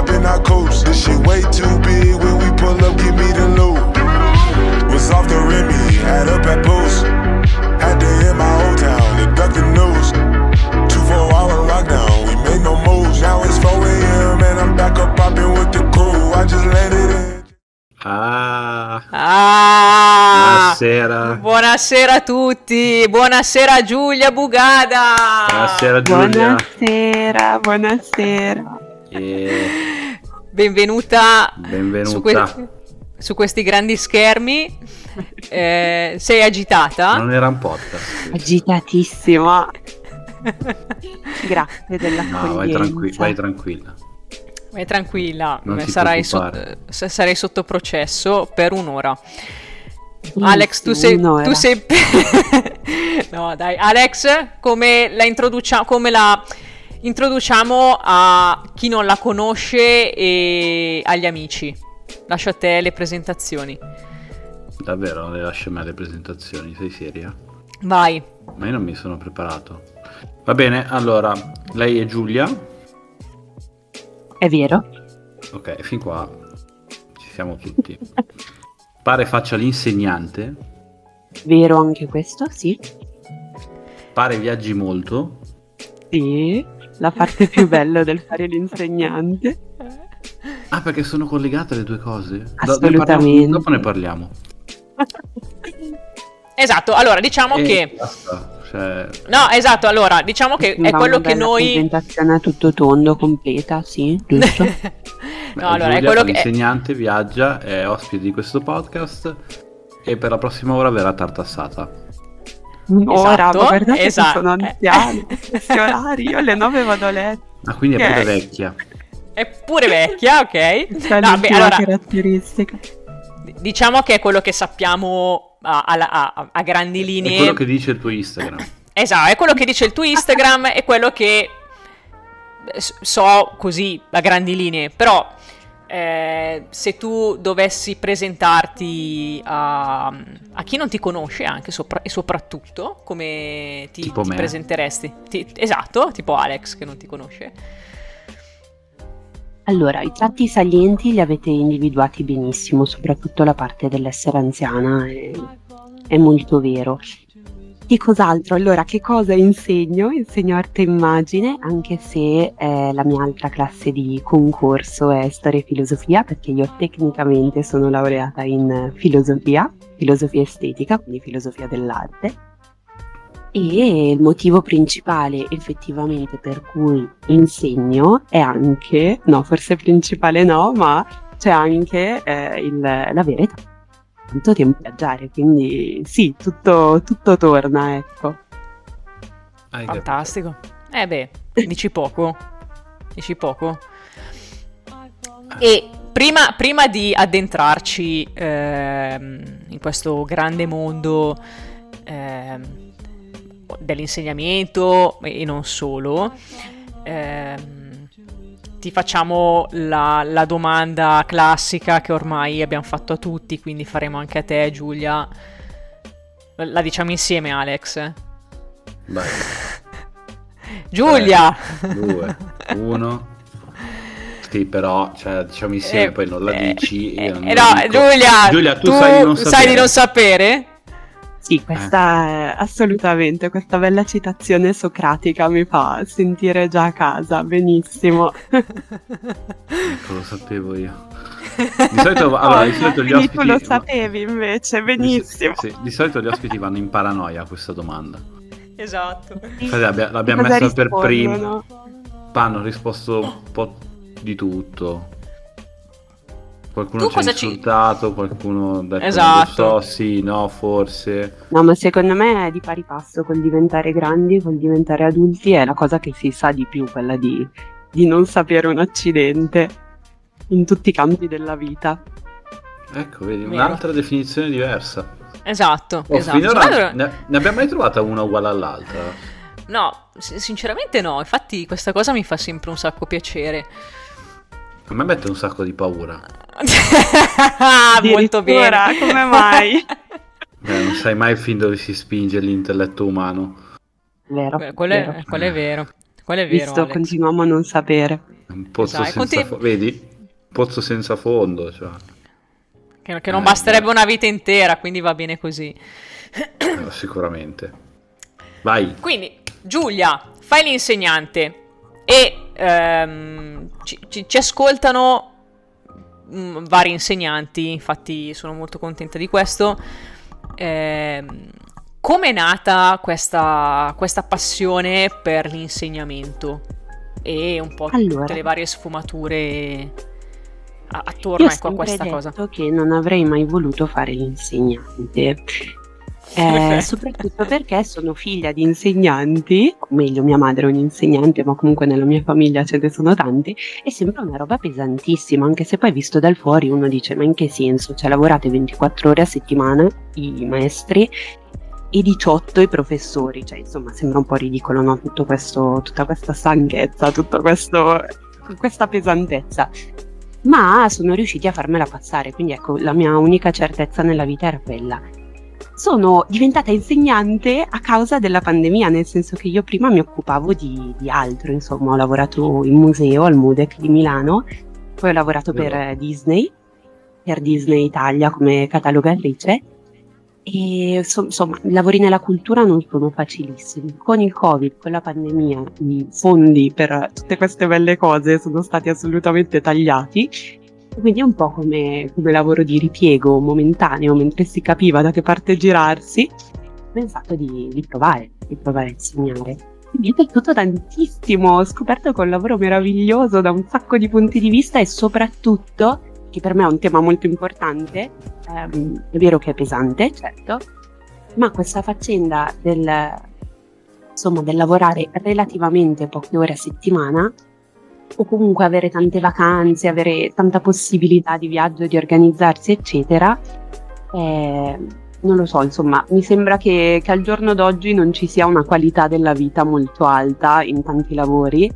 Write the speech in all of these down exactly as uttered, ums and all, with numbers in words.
hop in our coast. This shit way too big. When we pull up, give me the loot. Was off the Remy, had up at post. Had to hit my old town to duck the news. Two four hour lockdown, we made no moves. Now it's four a.m. and I'm back up popping with the crew. I just landed in. Ah, Ah, buonasera. buonasera a tutti, buonasera Giulia Bugada. Buonasera Giulia. Buonasera, buonasera. E Benvenuta, benvenuta. Su, que- su questi grandi schermi. Eh, sei agitata? Non era un podcast. Agitatissima. Grazie dell'accoglienza. No, vai, tranqui- vai tranquilla. Vai tranquilla, Non ti sarai, preoccupare. sotto, sarei sotto processo per un'ora. Alex, tu sei, un'ora. tu sei... No, dai, Alex, come la introduciamo, come la introduciamo a chi non la conosce e agli amici? Lascio a te le presentazioni. Davvero, le lascio a me le presentazioni, sei seria? Vai. Ma io non mi sono preparato. Va bene, allora, lei è Giulia. È vero? Ok, fin qua ci siamo tutti. Pare faccia l'insegnante. Vero anche questo, sì. Pare viaggi molto. Sì, la parte più bella del fare l'insegnante. Ah, perché sono collegate le due cose? Do- ne Assolutamente. parliamo- dopo ne parliamo. Esatto, allora diciamo E che... basta, cioè, No, esatto, allora diciamo che è Sembra quello una che bella noi... presentazione a tutto tondo, completa, sì, giusto? beh, No, allora è Giulia, quello che... l'insegnante, viaggia, è ospite di questo podcast e per la prossima ora verrà tartassata. Un'ora, Esatto, ma guardate che esatto. sono anziani, questi orari, io alle nove vado a letto. Ah, quindi è Ok. pure vecchia. È pure vecchia, ok? Questa è No, beh, l'ultima allora, caratteristica. diciamo che è quello che sappiamo a, a- a- a grandi È linee. quello che dice il tuo Instagram. Esatto, è quello che dice il tuo Instagram, è quello che eh, s- so così a grandi linee. Però eh, se tu dovessi presentarti a, a chi non ti conosce anche sopra- e soprattutto, come ti, Tipo ti me. presenteresti? Ti- esatto, tipo Alex che non ti conosce. Allora, i tratti salienti li avete individuati benissimo, soprattutto la parte dell'essere anziana è, è molto vero. Di cos'altro? Allora, che cosa insegno? Insegno arte e immagine, anche se eh, la mia altra classe di concorso è storia e filosofia, perché io tecnicamente sono laureata in filosofia, filosofia estetica, quindi filosofia dell'arte. E il motivo principale effettivamente per cui insegno è anche, no, forse principale no, ma c'è anche eh, il, l'avere tanto tempo a viaggiare, quindi sì, tutto, tutto torna, ecco. Hai capito? Fantastico. Eh beh, dici poco. Dici poco. E prima, prima di addentrarci ehm, in questo grande mondo ehm, dell'insegnamento e non solo, ehm, ti facciamo la, la domanda classica che ormai abbiamo fatto a tutti, quindi faremo anche a te, Giulia. La diciamo insieme, Alex. Vai. Giulia! Tre, due, uno. Sì, però, cioè, diciamo insieme, Eh, poi non la eh, dici. eh, io non eh, la no, dico. Giulia, Giulia, tu, tu sai di non sapere. sai di non sapere? Sì, questa è assolutamente, questa bella citazione socratica mi fa sentire già a casa, benissimo. Ecco, lo sapevo io. Di solito, allora, di solito gli Quindi ospiti... tu lo sapevi invece, Di, benissimo. sì, di solito gli ospiti vanno in paranoia a questa domanda. Esatto. Infatti l'abbia- l'abbiamo Cosa messa per prima. rispondono? Hanno risposto un po' di tutto. Qualcuno Tu ci ha cosa ci- insultato, qualcuno ha detto Esatto. non lo so, sì, no, forse. No, ma secondo me è di pari passo col diventare grandi, col diventare adulti, è la cosa che si sa di più, quella di, di non sapere un accidente in tutti i campi della vita. Ecco, vedi, Vero. un'altra definizione diversa. Esatto, Oh, esatto. finora Allora- ne, ne abbiamo mai trovata una uguale all'altra? No, s- sinceramente no, infatti questa cosa mi fa sempre un sacco piacere. A me mette un sacco di paura. Molto bene. Addirittura, come mai? Beh, non sai mai fin dove si spinge l'intelletto umano. Vero, Que- quello, è, vero. quello è vero, quello è vero, Visto, Alex. continuiamo a non sapere. Un pozzo Esatto, e senza conti- fo- vedi? Pozzo senza fondo, cioè. Che, che non Eh, basterebbe una vita intera, quindi va bene così. eh, sicuramente. Vai. Quindi, Giulia, fai l'insegnante e ehm, ci, ci- ci ascoltano mm, vari insegnanti, infatti sono molto contenta di questo. Ehm, come è nata questa, questa passione per l'insegnamento e un po' Allora. tutte le varie sfumature a- attorno, Io ho ecco, a sempre questa detto cosa? che non avrei mai voluto fare l'insegnante. Eh, soprattutto perché sono figlia di insegnanti, o meglio mia madre è un'insegnante, ma comunque nella mia famiglia ce ne sono tanti, e sembra una roba pesantissima, anche se poi visto dal fuori uno dice ma in che senso? Cioè lavorate ventiquattro ore a settimana i maestri e diciotto i professori, cioè insomma sembra un po' ridicolo, no? Tutto questo, tutta questa stanchezza, tutta questo, questa pesantezza. Ma sono riusciti a farmela passare, quindi ecco la mia unica certezza nella vita era quella. Sono diventata insegnante a causa della pandemia, nel senso che io prima mi occupavo di, di altro, insomma, ho lavorato in museo al MUDEC di Milano, poi ho lavorato per Bello. eh, Disney, per Disney Italia come catalogatrice e so- insomma, i lavori nella cultura non sono facilissimi. Con il Covid, con la pandemia, i fondi per tutte queste belle cose sono stati assolutamente tagliati. Quindi è un po' come, come lavoro di ripiego momentaneo, mentre si capiva da che parte girarsi, ho pensato di, di provare, di provare a insegnare. E mi è piaciuto tantissimo, ho scoperto che è un lavoro meraviglioso da un sacco di punti di vista e soprattutto, che per me è un tema molto importante, ehm, è vero che è pesante, certo, ma questa faccenda del, insomma, del lavorare relativamente poche ore a settimana o comunque avere tante vacanze, avere tanta possibilità di viaggio, di organizzarsi, eccetera, eh, non lo so, insomma, mi sembra che, che al giorno d'oggi non ci sia una qualità della vita molto alta in tanti lavori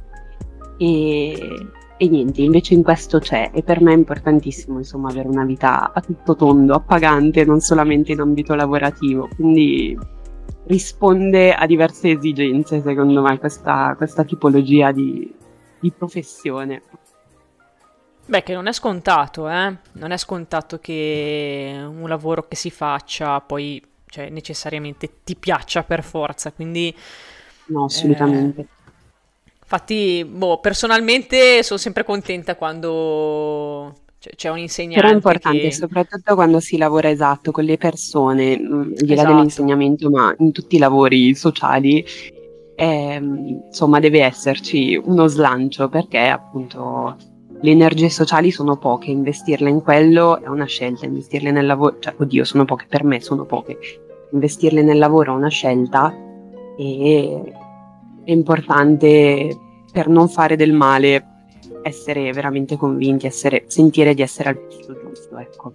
e, e niente, invece in questo c'è e per me è importantissimo, insomma, avere una vita a tutto tondo, appagante, non solamente in ambito lavorativo, quindi risponde a diverse esigenze, secondo me, questa, questa tipologia di di professione. Beh, che non è scontato, eh? Non è scontato che un lavoro che si faccia poi, cioè, necessariamente ti piaccia per forza, quindi... No, assolutamente. eh, infatti, boh, personalmente sono sempre contenta quando c'è c'è un insegnante Però è importante, che... soprattutto quando si lavora esatto con le persone, mh, al di là Esatto. dell'insegnamento, ma in tutti i lavori sociali, ehm, insomma, deve esserci uno slancio perché appunto le energie sociali sono poche, investirle in quello è una scelta, investirle nel lavoro, cioè oddio, sono poche, per me sono poche, investirle nel lavoro è una scelta e è importante per non fare del male essere veramente convinti, essere, sentire di essere al posto giusto, ecco.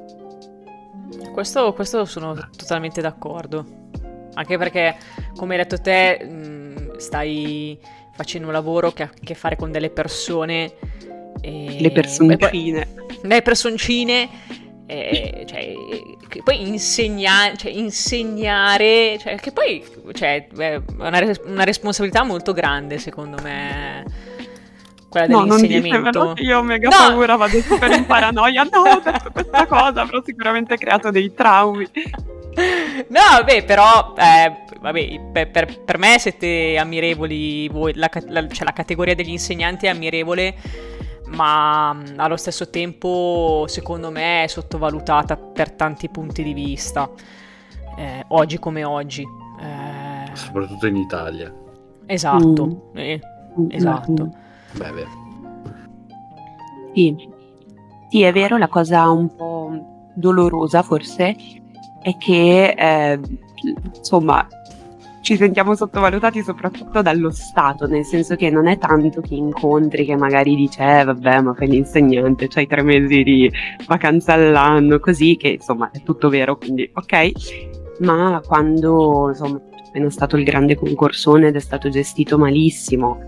Questo, questo sono totalmente d'accordo. Anche perché, come hai detto te, mh, stai facendo un lavoro che ha a che fare con delle persone. E... Le personcine. Le personcine. E, cioè, che poi insegna- cioè, insegnare. Cioè, che poi cioè, è una, res- una responsabilità molto grande, secondo me. Quella No, non dell'insegnamento. ditemelo che io ho mega No! paura, vado super in paranoia. No, ho detto questa cosa, però sicuramente ha creato dei traumi. No, beh, però, eh, vabbè, per, per- per me siete ammirevoli voi, la, ca- la- cioè la categoria degli insegnanti è ammirevole, ma mh, allo stesso tempo, secondo me, è sottovalutata per tanti punti di vista, eh, oggi come oggi. Eh, Soprattutto in Italia. esatto, eh, Mm, esatto. mm, Beh, beh. Sì. Sì, è vero, la cosa un po' dolorosa forse è che, eh, insomma, ci sentiamo sottovalutati soprattutto dallo Stato, nel senso che non è tanto che incontri che magari dice, eh, vabbè, ma fai l'insegnante, c'hai tre mesi di vacanza all'anno, così, che insomma è tutto vero, quindi ok, ma quando, insomma, c'è appena stato il grande concorsone ed è stato gestito malissimo,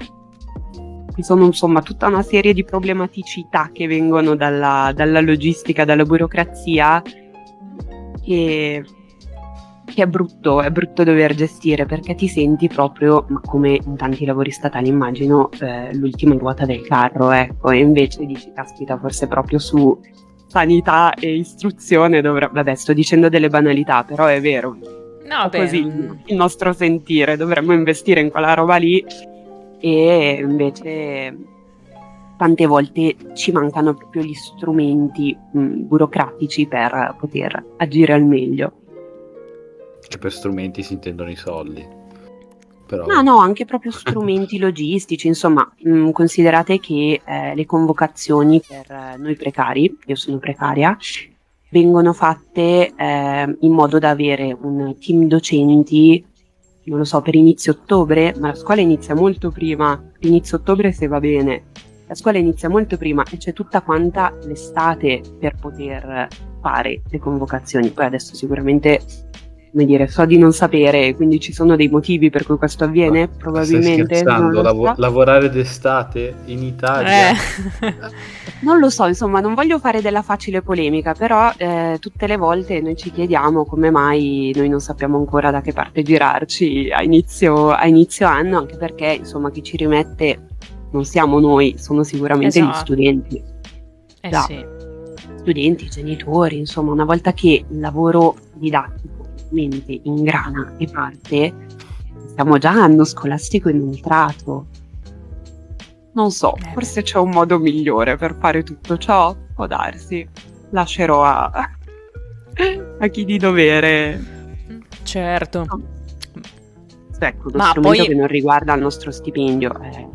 ci sono insomma tutta una serie di problematicità che vengono dalla, dalla logistica, dalla burocrazia, che che è brutto, è brutto dover gestire, perché ti senti proprio, ma come in tanti lavori statali immagino, eh, l'ultima ruota del carro, ecco, e invece dici, caspita, forse proprio su sanità e istruzione dovrebbe, vabbè, sto dicendo delle banalità, però è vero, No, beh, così mm, il nostro sentire, dovremmo investire in quella roba lì, e invece tante volte ci mancano proprio gli strumenti mh, burocratici per poter agire al meglio. Che per strumenti si intendono i soldi. Però... No, no, anche proprio strumenti logistici, insomma, mh, considerate che eh, le convocazioni per eh, noi precari, io sono precaria, vengono fatte eh, in modo da avere un team docenti, non lo so, per inizio ottobre, ma la scuola inizia molto prima, inizio ottobre se va bene, la scuola inizia molto prima e c'è tutta quanta l'estate per poter fare le convocazioni. Poi adesso sicuramente, come dire, so di non sapere, quindi ci sono dei motivi per cui questo avviene, Stai probabilmente non scherzando? lo Lavo- so. lavorare d'estate in Italia? eh. Non lo so, insomma, non voglio fare della facile polemica, però eh, tutte le volte noi ci chiediamo come mai noi non sappiamo ancora da che parte girarci a inizio, a inizio anno, anche perché, insomma, chi ci rimette non siamo noi, sono sicuramente gli Esatto. studenti. Eh Già. sì. Studenti, genitori, insomma, una volta che il lavoro didattico mente ingrana e parte, siamo già anno scolastico inoltrato. Non so, Eh. forse c'è un modo migliore per fare tutto ciò, può darsi. Lascerò a, a chi di dovere. Certo. Ecco, lo Ma strumento poi- che non riguarda il nostro stipendio, eh,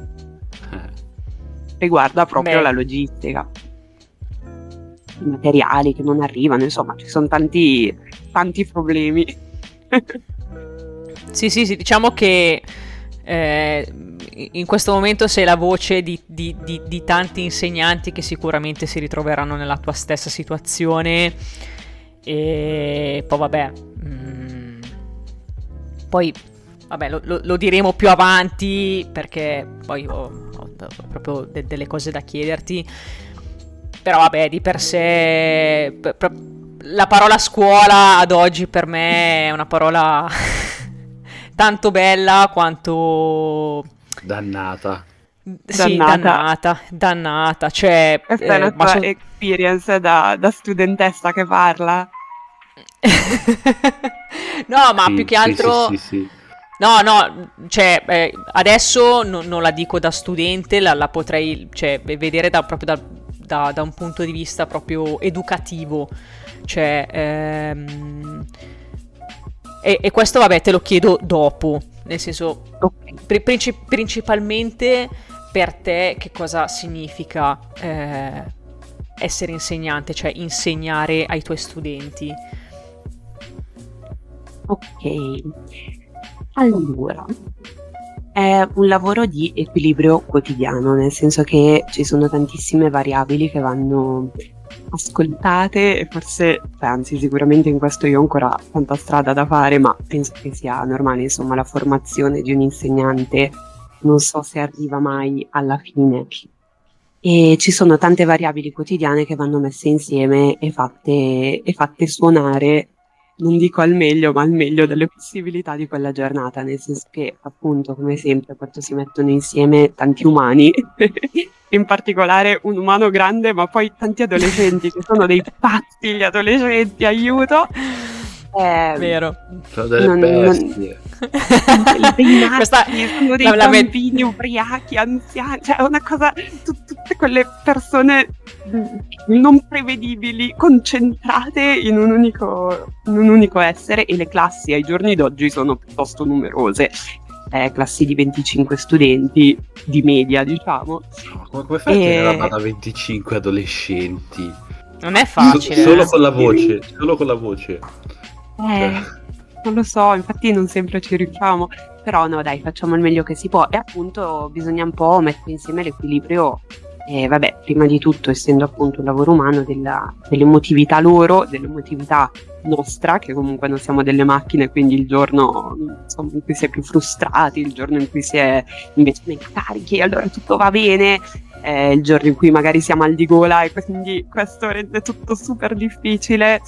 riguarda proprio Beh. la logistica. I materiali che non arrivano, insomma, ci sono tanti, tanti problemi. Sì, sì, sì, diciamo che eh, in questo momento sei la voce di, di- di- di tanti insegnanti che sicuramente si ritroveranno nella tua stessa situazione e poi vabbè, mm, poi vabbè lo, lo- lo diremo più avanti perché poi ho, ho proprio de- delle cose da chiederti, però vabbè di per sé p- p- la parola scuola ad oggi per me è una parola tanto bella quanto Dannata. sì, Dannata. dannata, dannata, cioè Questa eh, è la ma tua so- experience da, da studentessa che parla. no, ma Sì, più che sì, altro sì, sì, sì. no, no, cioè eh, adesso no- non la dico da studente, la, la potrei cioè, vedere da, proprio da, da- da un punto di vista proprio educativo, cioè ehm, e, e questo vabbè te lo chiedo dopo, nel senso Ok. pri- princi- principalmente per te che cosa significa eh, essere insegnante, cioè insegnare ai tuoi studenti? Ok, allora, è un lavoro di equilibrio quotidiano, nel senso che ci sono tantissime variabili che vanno ascoltate e forse, beh, anzi sicuramente in questo io ho ancora tanta strada da fare, ma penso che sia normale, insomma, la formazione di un insegnante non so se arriva mai alla fine. E ci sono tante variabili quotidiane che vanno messe insieme e fatte, e fatte suonare, non dico al meglio, ma al meglio delle possibilità di quella giornata, nel senso che appunto, come sempre, quando si mettono insieme tanti umani, in particolare un umano grande, ma poi tanti adolescenti, che sono dei pazzi gli adolescenti, aiuto! Eh, Vero. Sono delle non- non- bestie. dei matti, Questa- sono dei la- la met- bambini ubriachi, anziani, cioè è una cosa, tu- tutte quelle persone mm, non prevedibili, concentrate in un unico, in un unico essere, e le classi ai giorni d'oggi sono piuttosto numerose, eh, classi di venticinque studenti di media, diciamo. No, come, come fai a E- tenere a bada venticinque adolescenti? Non è So- facile. solo eh. con la voce, solo con la voce. Eh, non lo so, infatti non sempre ci riusciamo, però no dai, facciamo il meglio che si può, e appunto bisogna un po' mettere insieme l'equilibrio, eh, vabbè, prima di tutto essendo appunto un lavoro umano, della- dell'emotività loro, dell'emotività nostra, che comunque non siamo delle macchine, quindi il giorno insomma, in cui si è più frustrati, il giorno in cui si è invece mega carichi, allora tutto va bene, eh, il giorno in cui magari siamo al di gola e quindi questo rende tutto super difficile.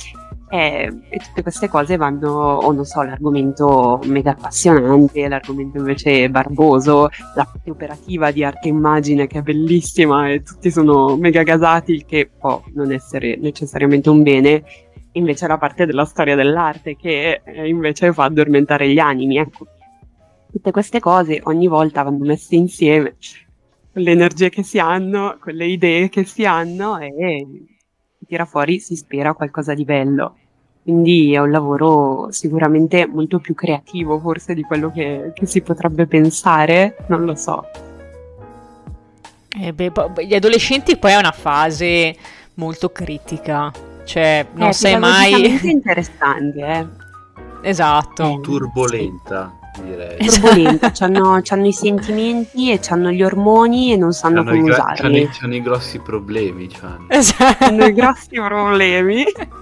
E, e tutte queste cose vanno, o non so, l'argomento mega appassionante, l'argomento invece barboso, la parte operativa di arte e immagine che è bellissima e tutti sono mega gasati, il che può non essere necessariamente un bene, invece la parte della storia dell'arte che eh, invece fa addormentare gli animi, ecco. Tutte queste cose ogni volta vanno messe insieme con le energie che si hanno, con le idee che si hanno e tira fuori, si spera, qualcosa di bello. Quindi è un lavoro sicuramente molto più creativo forse di quello che, che si potrebbe pensare, non lo so. Eh beh, po- gli adolescenti poi è una fase molto critica, cioè non Eh, sai mai... psicologicamente interessante, eh. Esatto. Turbolenta, direi. Turbolenta, c'hanno, c'hanno i sentimenti e c'hanno gli ormoni e non sanno C'hanno i, come gra- c'hanno, usarli. i, c'hanno i grossi problemi, c'hanno. Esatto. Hanno i grossi problemi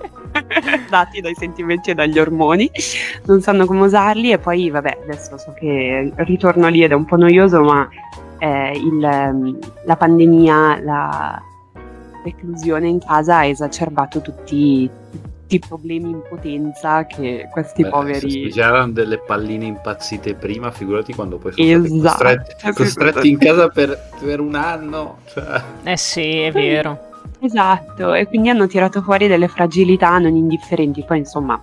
dati dai sentimenti e dagli ormoni, non sanno come usarli e poi vabbè, adesso so che ritorno lì ed è un po' noioso, ma eh, il, ehm, la pandemia, la reclusione in casa ha esacerbato tutti, tutti i problemi in potenza che questi Beh, poveri... se già erano delle palline impazzite prima, figurati quando poi sono stati Esatto. costretti, costretti in casa per, per un anno. Cioè. Eh sì, è vero. Esatto, e quindi hanno tirato fuori delle fragilità non indifferenti. Poi insomma,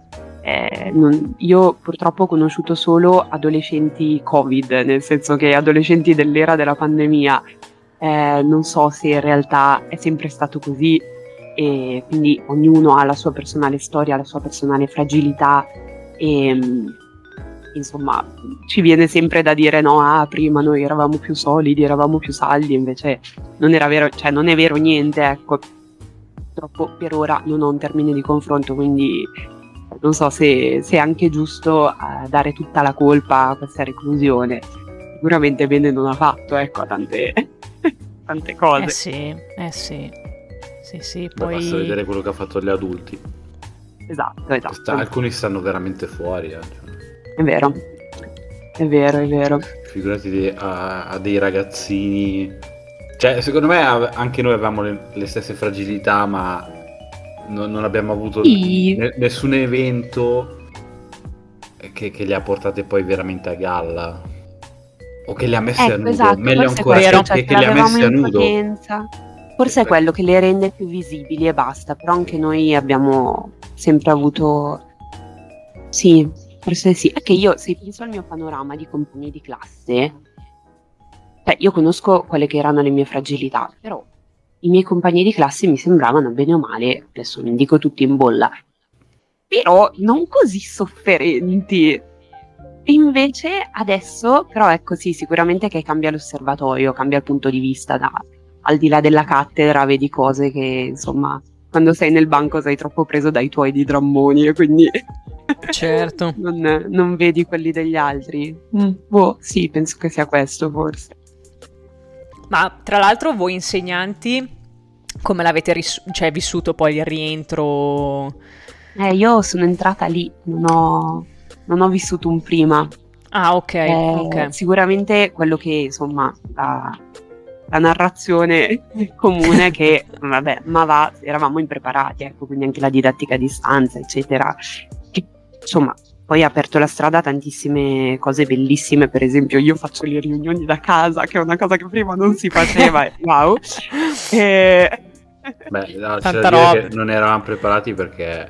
eh, non- io purtroppo ho conosciuto solo adolescenti Covid, nel senso che adolescenti dell'era della pandemia, eh, non so se in realtà è sempre stato così e quindi ognuno ha la sua personale storia, la sua personale fragilità e mm, insomma ci viene sempre da dire no, ah, prima noi eravamo più solidi, eravamo più saldi, invece non era vero, cioè non è vero niente, ecco. Purtroppo per ora non ho un termine di confronto, quindi non so se, se è anche giusto eh, dare tutta la colpa a questa reclusione. Sicuramente bene non ha fatto, ecco, a tante, tante cose. Eh sì, eh sì. Sì, sì, Beh, basta poi... vedere quello che ha fatto agli adulti. Esatto, esatto. Sta- alcuni stanno veramente fuori. Eh. Cioè, È vero, è vero, è vero. figurati di- a, a dei ragazzini. Cioè, secondo me ave- anche noi avevamo le, le stesse fragilità, ma non, non abbiamo avuto Sì. ne- nessun evento che, che li ha portate poi veramente a galla. O che li ha messi a Ecco, nudo. esatto, Meglio forse è ancora, quello, che, cioè, che, se che li ha l'avevamo messi a in nudo. potenza. Forse è quello che le rende più visibili e basta, però anche noi abbiamo sempre avuto... Sì, forse sì. È che io, se penso al mio panorama di compagni di classe, cioè io conosco quelle che erano le mie fragilità, però i miei compagni di classe mi sembravano bene o male, adesso non dico tutti in bolla, però non così sofferenti. E invece adesso, però ecco sì, sicuramente che cambia l'osservatorio, cambia il punto di vista, da, al di là della cattedra vedi cose che insomma, quando sei nel banco sei troppo preso dai tuoi di drammoni e quindi Certo. non, non vedi quelli degli altri. Mm, boh, sì, penso che sia questo forse. Ma tra l'altro voi insegnanti, come l'avete ris- cioè, vissuto poi il rientro? Eh, io sono entrata lì, non ho, non ho vissuto un prima. Ah, ok, Eh, ok. Sicuramente quello che, insomma, la, la narrazione comune è che, vabbè, ma va, eravamo impreparati, ecco, quindi anche la didattica a distanza, eccetera. Che, insomma, poi ha aperto la strada a tantissime cose bellissime, per esempio io faccio le riunioni da casa, che è una cosa che prima non si faceva, e wow. E... Beh, no, c'è Tanta da dire roba. che non eravamo preparati perché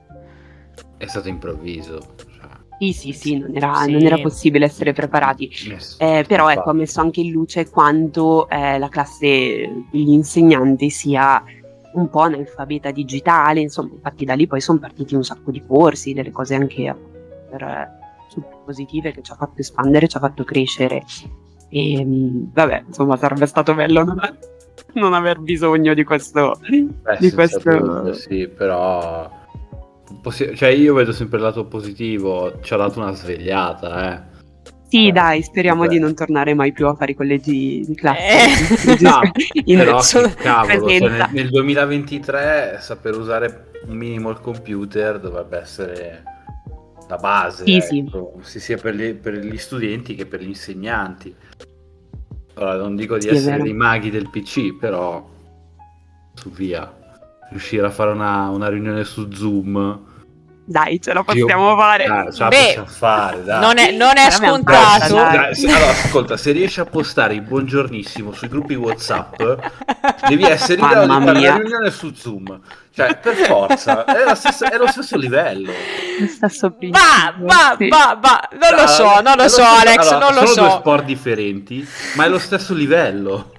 è stato improvviso. Cioè, Sì, sì, sì, non era, Sì. non era possibile essere preparati. ness- Eh, però infatti. ecco, ha messo anche in luce quanto eh, la classe degli insegnanti sia un po' analfabeta digitale, insomma, infatti da lì poi sono partiti un sacco di corsi, delle cose anche per, eh, super positive che ci ha fatto espandere, ci ha fatto crescere. E mh, vabbè, insomma, sarebbe stato bello non, non aver bisogno di questo. Beh, di senza questo... dubbio, sì, però possi- cioè io vedo sempre il lato positivo, ci ha dato una svegliata, eh. Sì, Eh, dai, speriamo beh. di non tornare mai più a fare i collegi di classe. Eh. No, in però solo che cavolo, cioè, presenza. nel, nel duemilaventitré saper usare un minimo il computer dovrebbe essere la base, Sì, sì. ecco, sì, sia per gli, per gli studenti che per gli insegnanti. Ora non dico di Sì, è essere vero. dei maghi del P C, però su via. riuscire a fare una, una riunione su Zoom. Dai, ce la Io- possiamo fare. Dai, ce la Beh, possiamo fare, dai. Non è, non è Però abbiamo scontato. fatto, Dai, se- allora, ascolta, se riesci a postare il buongiornissimo sui gruppi WhatsApp, devi essere in grado di Mamma fare mia. la riunione su Zoom. Cioè, per forza, è, la stessa- è lo stesso livello. Lo stesso Va, principio, va, sì. va, va. Non lo so, non È lo so, stesso- Alex, allora, non lo sono due so. sport differenti, ma è lo stesso livello.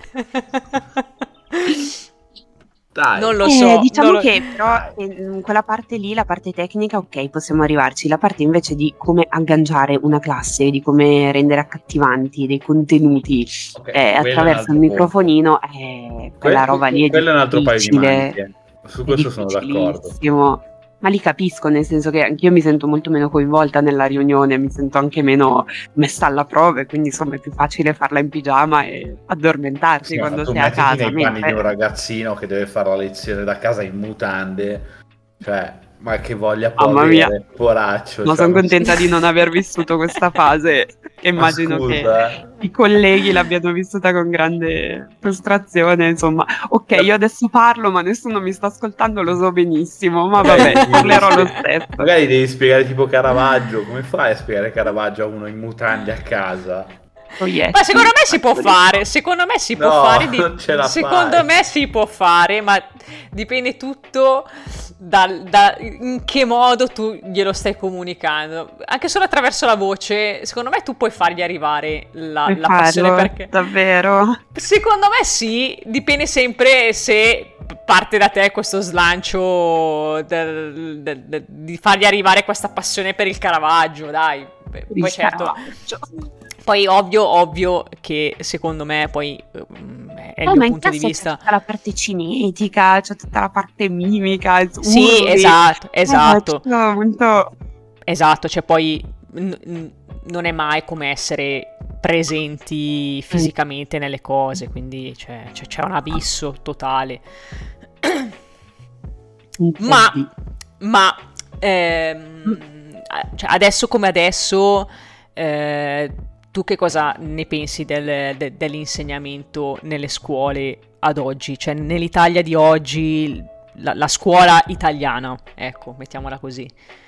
Dai. Non lo Eh, so. diciamo non lo- che però eh, in quella parte lì, la parte tecnica, ok, possiamo arrivarci. La parte invece di come agganciare una classe, di come rendere accattivanti dei contenuti Ok, eh, quello è un attraverso altro il punto. microfonino, eh, quella Que- roba lì è quello è un altro paio di difficile. maniche. eh. Su È questo sono d'accordo. difficilissimo. Ma li capisco, nel senso che anch'io mi sento molto meno coinvolta nella riunione, mi sento anche meno messa alla prova, e quindi insomma è più facile farla in pigiama e addormentarsi Sì, ma quando tu sei a mettiti casa. nei panni mentre- di un ragazzino che deve fare la lezione da casa in mutande, cioè, ma che voglia può Mamma mia. avere, poraccio. Ma cioè, sono non- contenta di non aver vissuto questa fase, e Ma immagino scusa, che eh. i colleghi l'abbiano vissuta con grande frustrazione. Insomma, ok, io adesso parlo, ma nessuno mi sta ascoltando, lo so benissimo, ma vabbè, Magari parlerò devi lo spie- stesso. Magari devi spiegare tipo Caravaggio, come fai a spiegare Caravaggio a uno in mutande a casa? Proietti. Ma secondo me si può fare, secondo me si può No, fare, di- non ce la secondo fai. me si può fare, ma dipende tutto dal, da in che modo tu glielo stai comunicando. Anche solo attraverso la voce, secondo me tu puoi fargli arrivare la, Puoi la passione, farlo, perché davvero? secondo me sì, dipende sempre se parte da te questo slancio del- del- del- di fargli arrivare questa passione per il Caravaggio, dai. Beh, Poi Il certo, Caravaggio. poi ovvio, ovvio che secondo me poi ehm, è il No, mio ma in punto di classe vista. c'è tutta la parte cinetica, c'è tutta la parte mimica, Sì, urli. esatto, Eh, esatto, c'è molto... esatto, cioè poi n- n- non è mai come essere presenti fisicamente nelle cose, quindi cioè, c'è- c'è un abisso totale. Ma, ma ehm, cioè, adesso come adesso, eh, tu che cosa ne pensi del- de- dell'insegnamento nelle scuole ad oggi? Cioè nell'Italia di oggi, la, la scuola italiana, ecco, mettiamola così.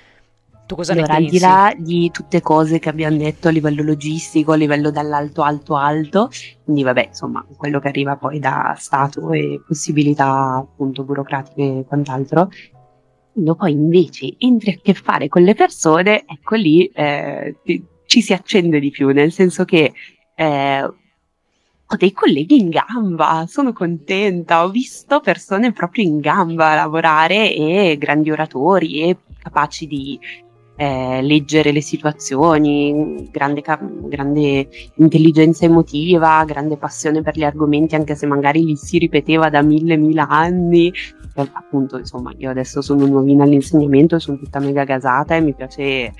Tu cosa Allora, ne al di pensi? là di tutte cose che abbiamo detto a livello logistico, a livello dall'alto, alto, alto, quindi vabbè, insomma, quello che arriva poi da Stato e possibilità appunto burocratiche e quant'altro, quando poi invece entri a che fare con le persone, ecco lì eh, ti- ci si accende di più, nel senso che eh, ho dei colleghi in gamba, sono contenta, ho visto persone proprio in gamba a lavorare, e grandi oratori e capaci di eh, leggere le situazioni, grande, ca- grande intelligenza emotiva, grande passione per gli argomenti, anche se magari li si ripeteva da mille mila anni. Eh, appunto, insomma, io adesso sono nuovina all'insegnamento e sono tutta mega gasata, e mi piace,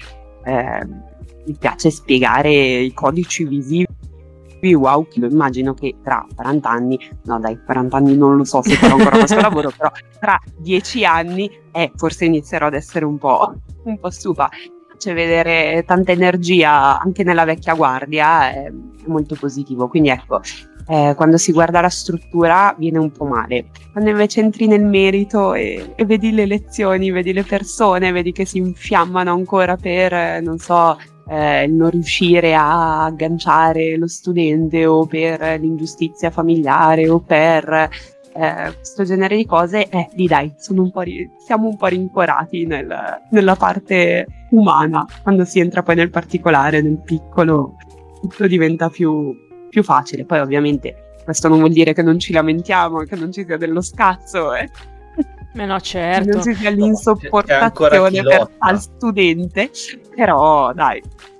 eh, mi piace spiegare i codici visivi. Wow, che lo immagino che tra quaranta anni, no dai, quaranta anni non lo so se farò ancora questo lavoro, però tra dieci anni eh, forse inizierò ad essere un po', un po' stufa. Cioè, vedere tanta energia anche nella vecchia guardia è, è molto positivo, quindi ecco, eh, quando si guarda la struttura viene un po' male, quando invece entri nel merito e, e vedi le lezioni, vedi le persone, vedi che si infiammano ancora per, eh, non so, eh, non riuscire a agganciare lo studente, o per l'ingiustizia familiare, o per eh, questo genere di cose, eh, di dai, sono un po' ri- siamo un po' rincuorati nel- nella parte umana. Quando si entra poi nel particolare, nel piccolo, tutto diventa più, più facile. Poi ovviamente questo non vuol dire che non ci lamentiamo, che non ci sia dello scazzo, eh. Eh no, che certo. non ci sia C'è ancora chi l'insopportazione per lotta. al studente, però dai,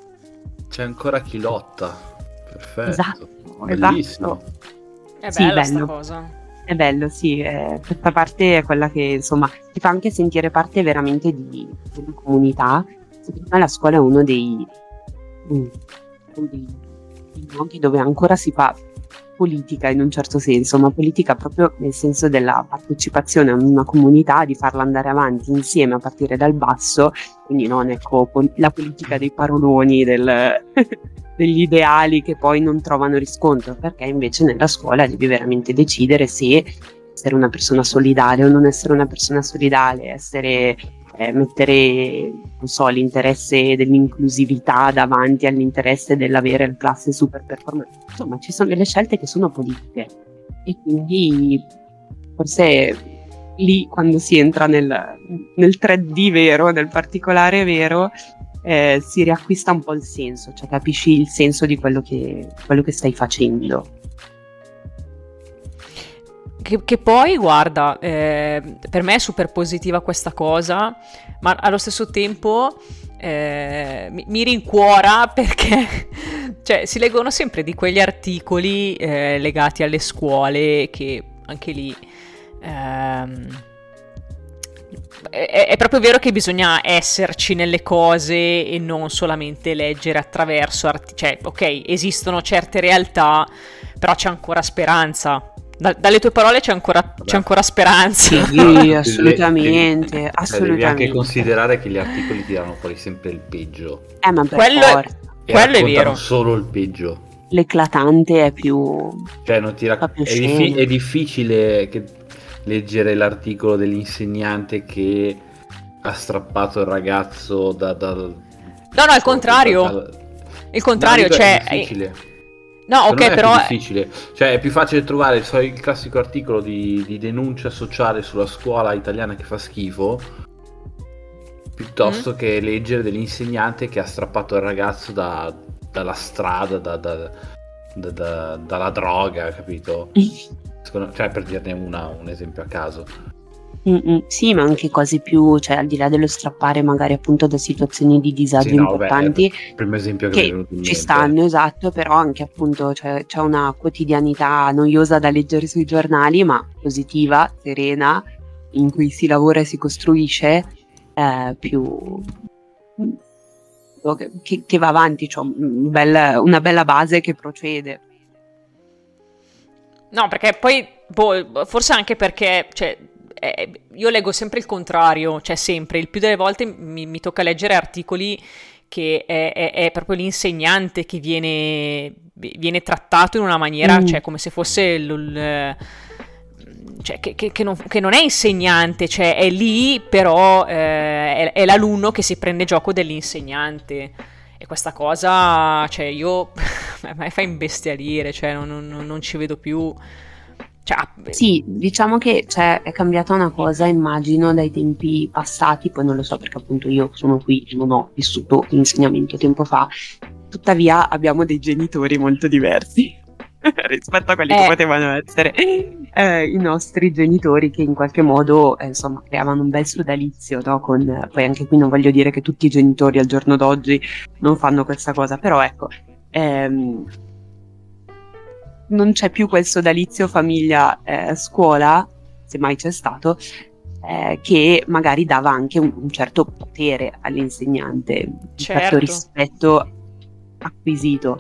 C'è ancora chi lotta. Perfetto. esatto, Bellissimo. esatto. È Sì, bella sta bello. cosa. È bello, sì, eh, questa parte è quella che insomma ti fa anche sentire parte veramente di, di una comunità. Secondo me la scuola è uno dei, mm, uno dei, dei luoghi dove ancora si fa politica, in un certo senso, ma politica proprio nel senso della partecipazione a una comunità, di farla andare avanti insieme a partire dal basso, quindi non ecco pol- la politica dei paroloni, del, degli ideali che poi non trovano riscontro, perché invece nella scuola devi veramente decidere se essere una persona solidale o non essere una persona solidale, essere, eh, mettere, non so, l'interesse dell'inclusività davanti all'interesse dell'avere la classe super performante. Insomma, ci sono delle scelte che sono politiche e quindi forse lì, quando si entra nel, nel tre D vero, nel particolare vero, eh, si riacquista un po' il senso, cioè capisci il senso di quello che, quello che stai facendo. Che, che poi, guarda, eh, per me è super positiva questa cosa, ma allo stesso tempo eh, mi, mi rincuora perché cioè, si leggono sempre di quegli articoli eh, legati alle scuole che anche lì ehm, è, è proprio vero che bisogna esserci nelle cose e non solamente leggere attraverso arti- cioè, ok, esistono certe realtà, però c'è ancora speranza. Da, dalle tue parole c'è ancora, c'è ancora speranza. Sì, assolutamente, Devi, assolutamente. devi anche considerare che gli articoli tirano fuori sempre il peggio. Eh, ma per Quello, forza. E quello è raccontano vero. solo il peggio. L'eclatante è più... Cioè, non ti rac- Fa più è, diffi- scena. è difficile che leggere l'articolo dell'insegnante che ha strappato il ragazzo da, dal... No, no, al contrario. dal- Il contrario, No, dico, cioè... è difficile. No, Secondo ok, me però... è più difficile. Cioè, è più facile trovare il, il classico articolo di, di denuncia sociale sulla scuola italiana che fa schifo, piuttosto Mm. che leggere dell'insegnante che ha strappato il ragazzo da, dalla strada, da, da- da- da- dalla droga, capito? Secondo- cioè, per dirne una, un esempio a caso. Mm-mm. Sì, ma anche cose più, cioè al di là dello strappare magari appunto da situazioni di disagio Sì, no, vabbè, importanti, è il primo esempio che, mi è che venuto in ci mente. stanno, esatto, però anche appunto cioè, c'è una quotidianità noiosa da leggere sui giornali, ma positiva, serena, in cui si lavora e si costruisce, eh, più che, che va avanti, cioè un bel- una bella base che procede. No, perché poi, boh, forse anche perché, cioè, eh, io leggo sempre il contrario, cioè sempre, il più delle volte mi, mi tocca leggere articoli che è, è- è proprio l'insegnante che viene, viene trattato in una maniera, Mm. cioè come se fosse il... il- cioè, che, che- che non, che non è insegnante, cioè è lì, però eh, è, è l'alunno che si prende gioco dell'insegnante. E questa cosa, cioè, io a me fa imbestialire, cioè, non, non- non ci vedo più. Cioè, Sì, diciamo che cioè, è cambiata una cosa, immagino, dai tempi passati, poi non lo so perché appunto io sono qui, non ho vissuto l'insegnamento tempo fa, tuttavia abbiamo dei genitori molto diversi rispetto a quelli Eh. che potevano essere eh, i nostri genitori, che in qualche modo eh, insomma creavano un bel sodalizio, no? Con, eh, poi anche qui non voglio dire che tutti i genitori al giorno d'oggi non fanno questa cosa, però ecco, ehm, non c'è più quel sodalizio famiglia eh, scuola, se mai c'è stato, eh, che magari dava anche un, un certo potere all'insegnante, un certo Certo. rispetto acquisito.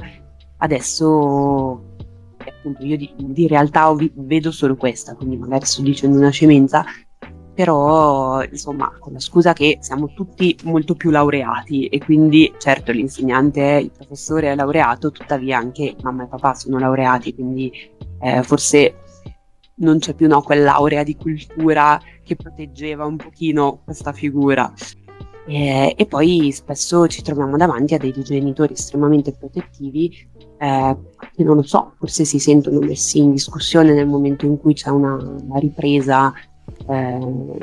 Adesso appunto io di, di realtà ho vi- vedo solo questa, quindi magari sto dicendo una scemenza, però insomma con la scusa che siamo tutti molto più laureati e quindi certo l'insegnante è, il professore è laureato, tuttavia anche mamma e papà sono laureati, quindi eh, forse non c'è più no, quell'aurea di cultura che proteggeva un pochino questa figura. Eh, e poi spesso ci troviamo davanti a dei genitori estremamente protettivi eh, che non lo so, forse si sentono messi in discussione nel momento in cui c'è una, una ripresa eh,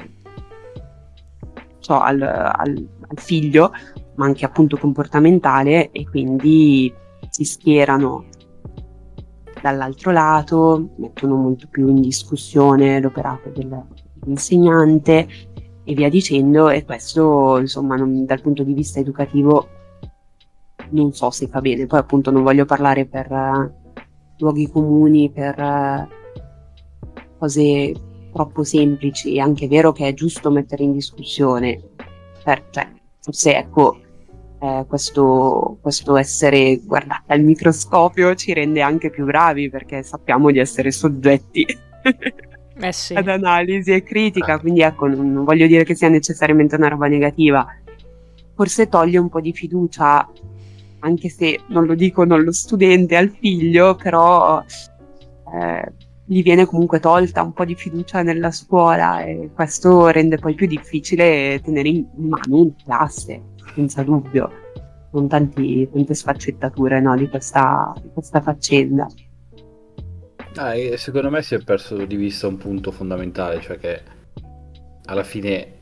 so, al, al- al figlio, ma anche appunto comportamentale, e quindi si schierano dall'altro lato, mettono molto più in discussione l'operato del- dell'insegnante e via dicendo, e questo insomma non- dal punto di vista educativo non so se fa bene. Poi appunto non voglio parlare per eh, luoghi comuni, per eh, cose troppo semplici. È anche vero che è giusto mettere in discussione, per- cioè, forse ecco, eh, questo, questo essere guardati al microscopio ci rende anche più bravi, perché sappiamo di essere soggetti Eh sì. ad analisi e critica, quindi ecco, non, non voglio dire che sia necessariamente una roba negativa. Forse toglie un po' di fiducia, anche se non lo dico non lo studente al figlio, però eh, gli viene comunque tolta un po' di fiducia nella scuola e questo rende poi più difficile tenere in mano una classe, senza dubbio, con tanti, tante sfaccettature, no, di questa, di questa faccenda. Ah, e secondo me si è perso di vista un punto fondamentale, cioè che alla fine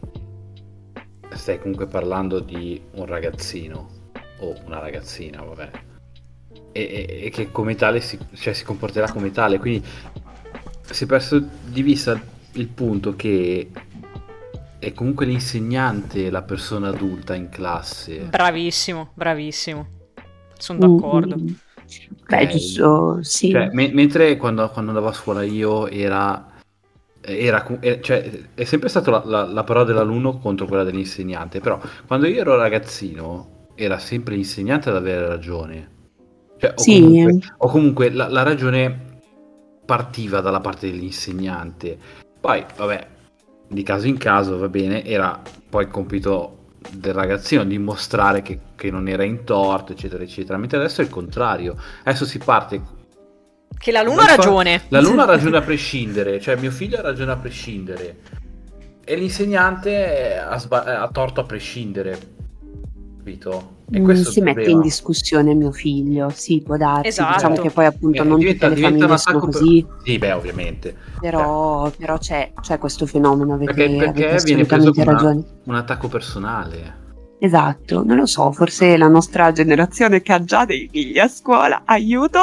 stai comunque parlando di un ragazzino o una ragazzina, vabbè, e, e- e che come tale si, cioè, si comporterà come tale, quindi si è perso di vista il punto che è comunque l'insegnante la persona adulta in classe. Bravissimo, bravissimo. Sono d'accordo. Mm, Beh, Ok. giusto, sì. Cioè, me- mentre quando, quando andavo a scuola io era, era, com- eh, cioè, è sempre stata la, la- la parola dell'alunno contro quella dell'insegnante, però quando io ero ragazzino era sempre l'insegnante ad avere ragione. Cioè, o Sì. comunque, o comunque la, la ragione partiva dalla parte dell'insegnante. Poi, vabbè, di caso in caso, va bene, era poi il compito del ragazzino dimostrare che, che non era in torto, eccetera, eccetera. Mentre adesso è il contrario. Adesso si parte... Che l'alunno ha ragione. L'alunno ha ragione a prescindere, cioè mio figlio ha ragione a prescindere. E l'insegnante ha, sba- ha torto a prescindere. Capito? E Mm, questo è si il mette in problema. discussione mio figlio, sì, può darsi. Esatto. Diciamo che poi appunto Eh, non diventa- tutte le diventa un famiglie sono attacco per- così, Sì, beh, ovviamente. però, però c'è, c'è questo fenomeno, avete, Perché, perché avete viene preso assolutamente come una- ragione. un attacco personale. Esatto, non lo so, forse la nostra generazione che ha già dei figli a scuola, aiuto,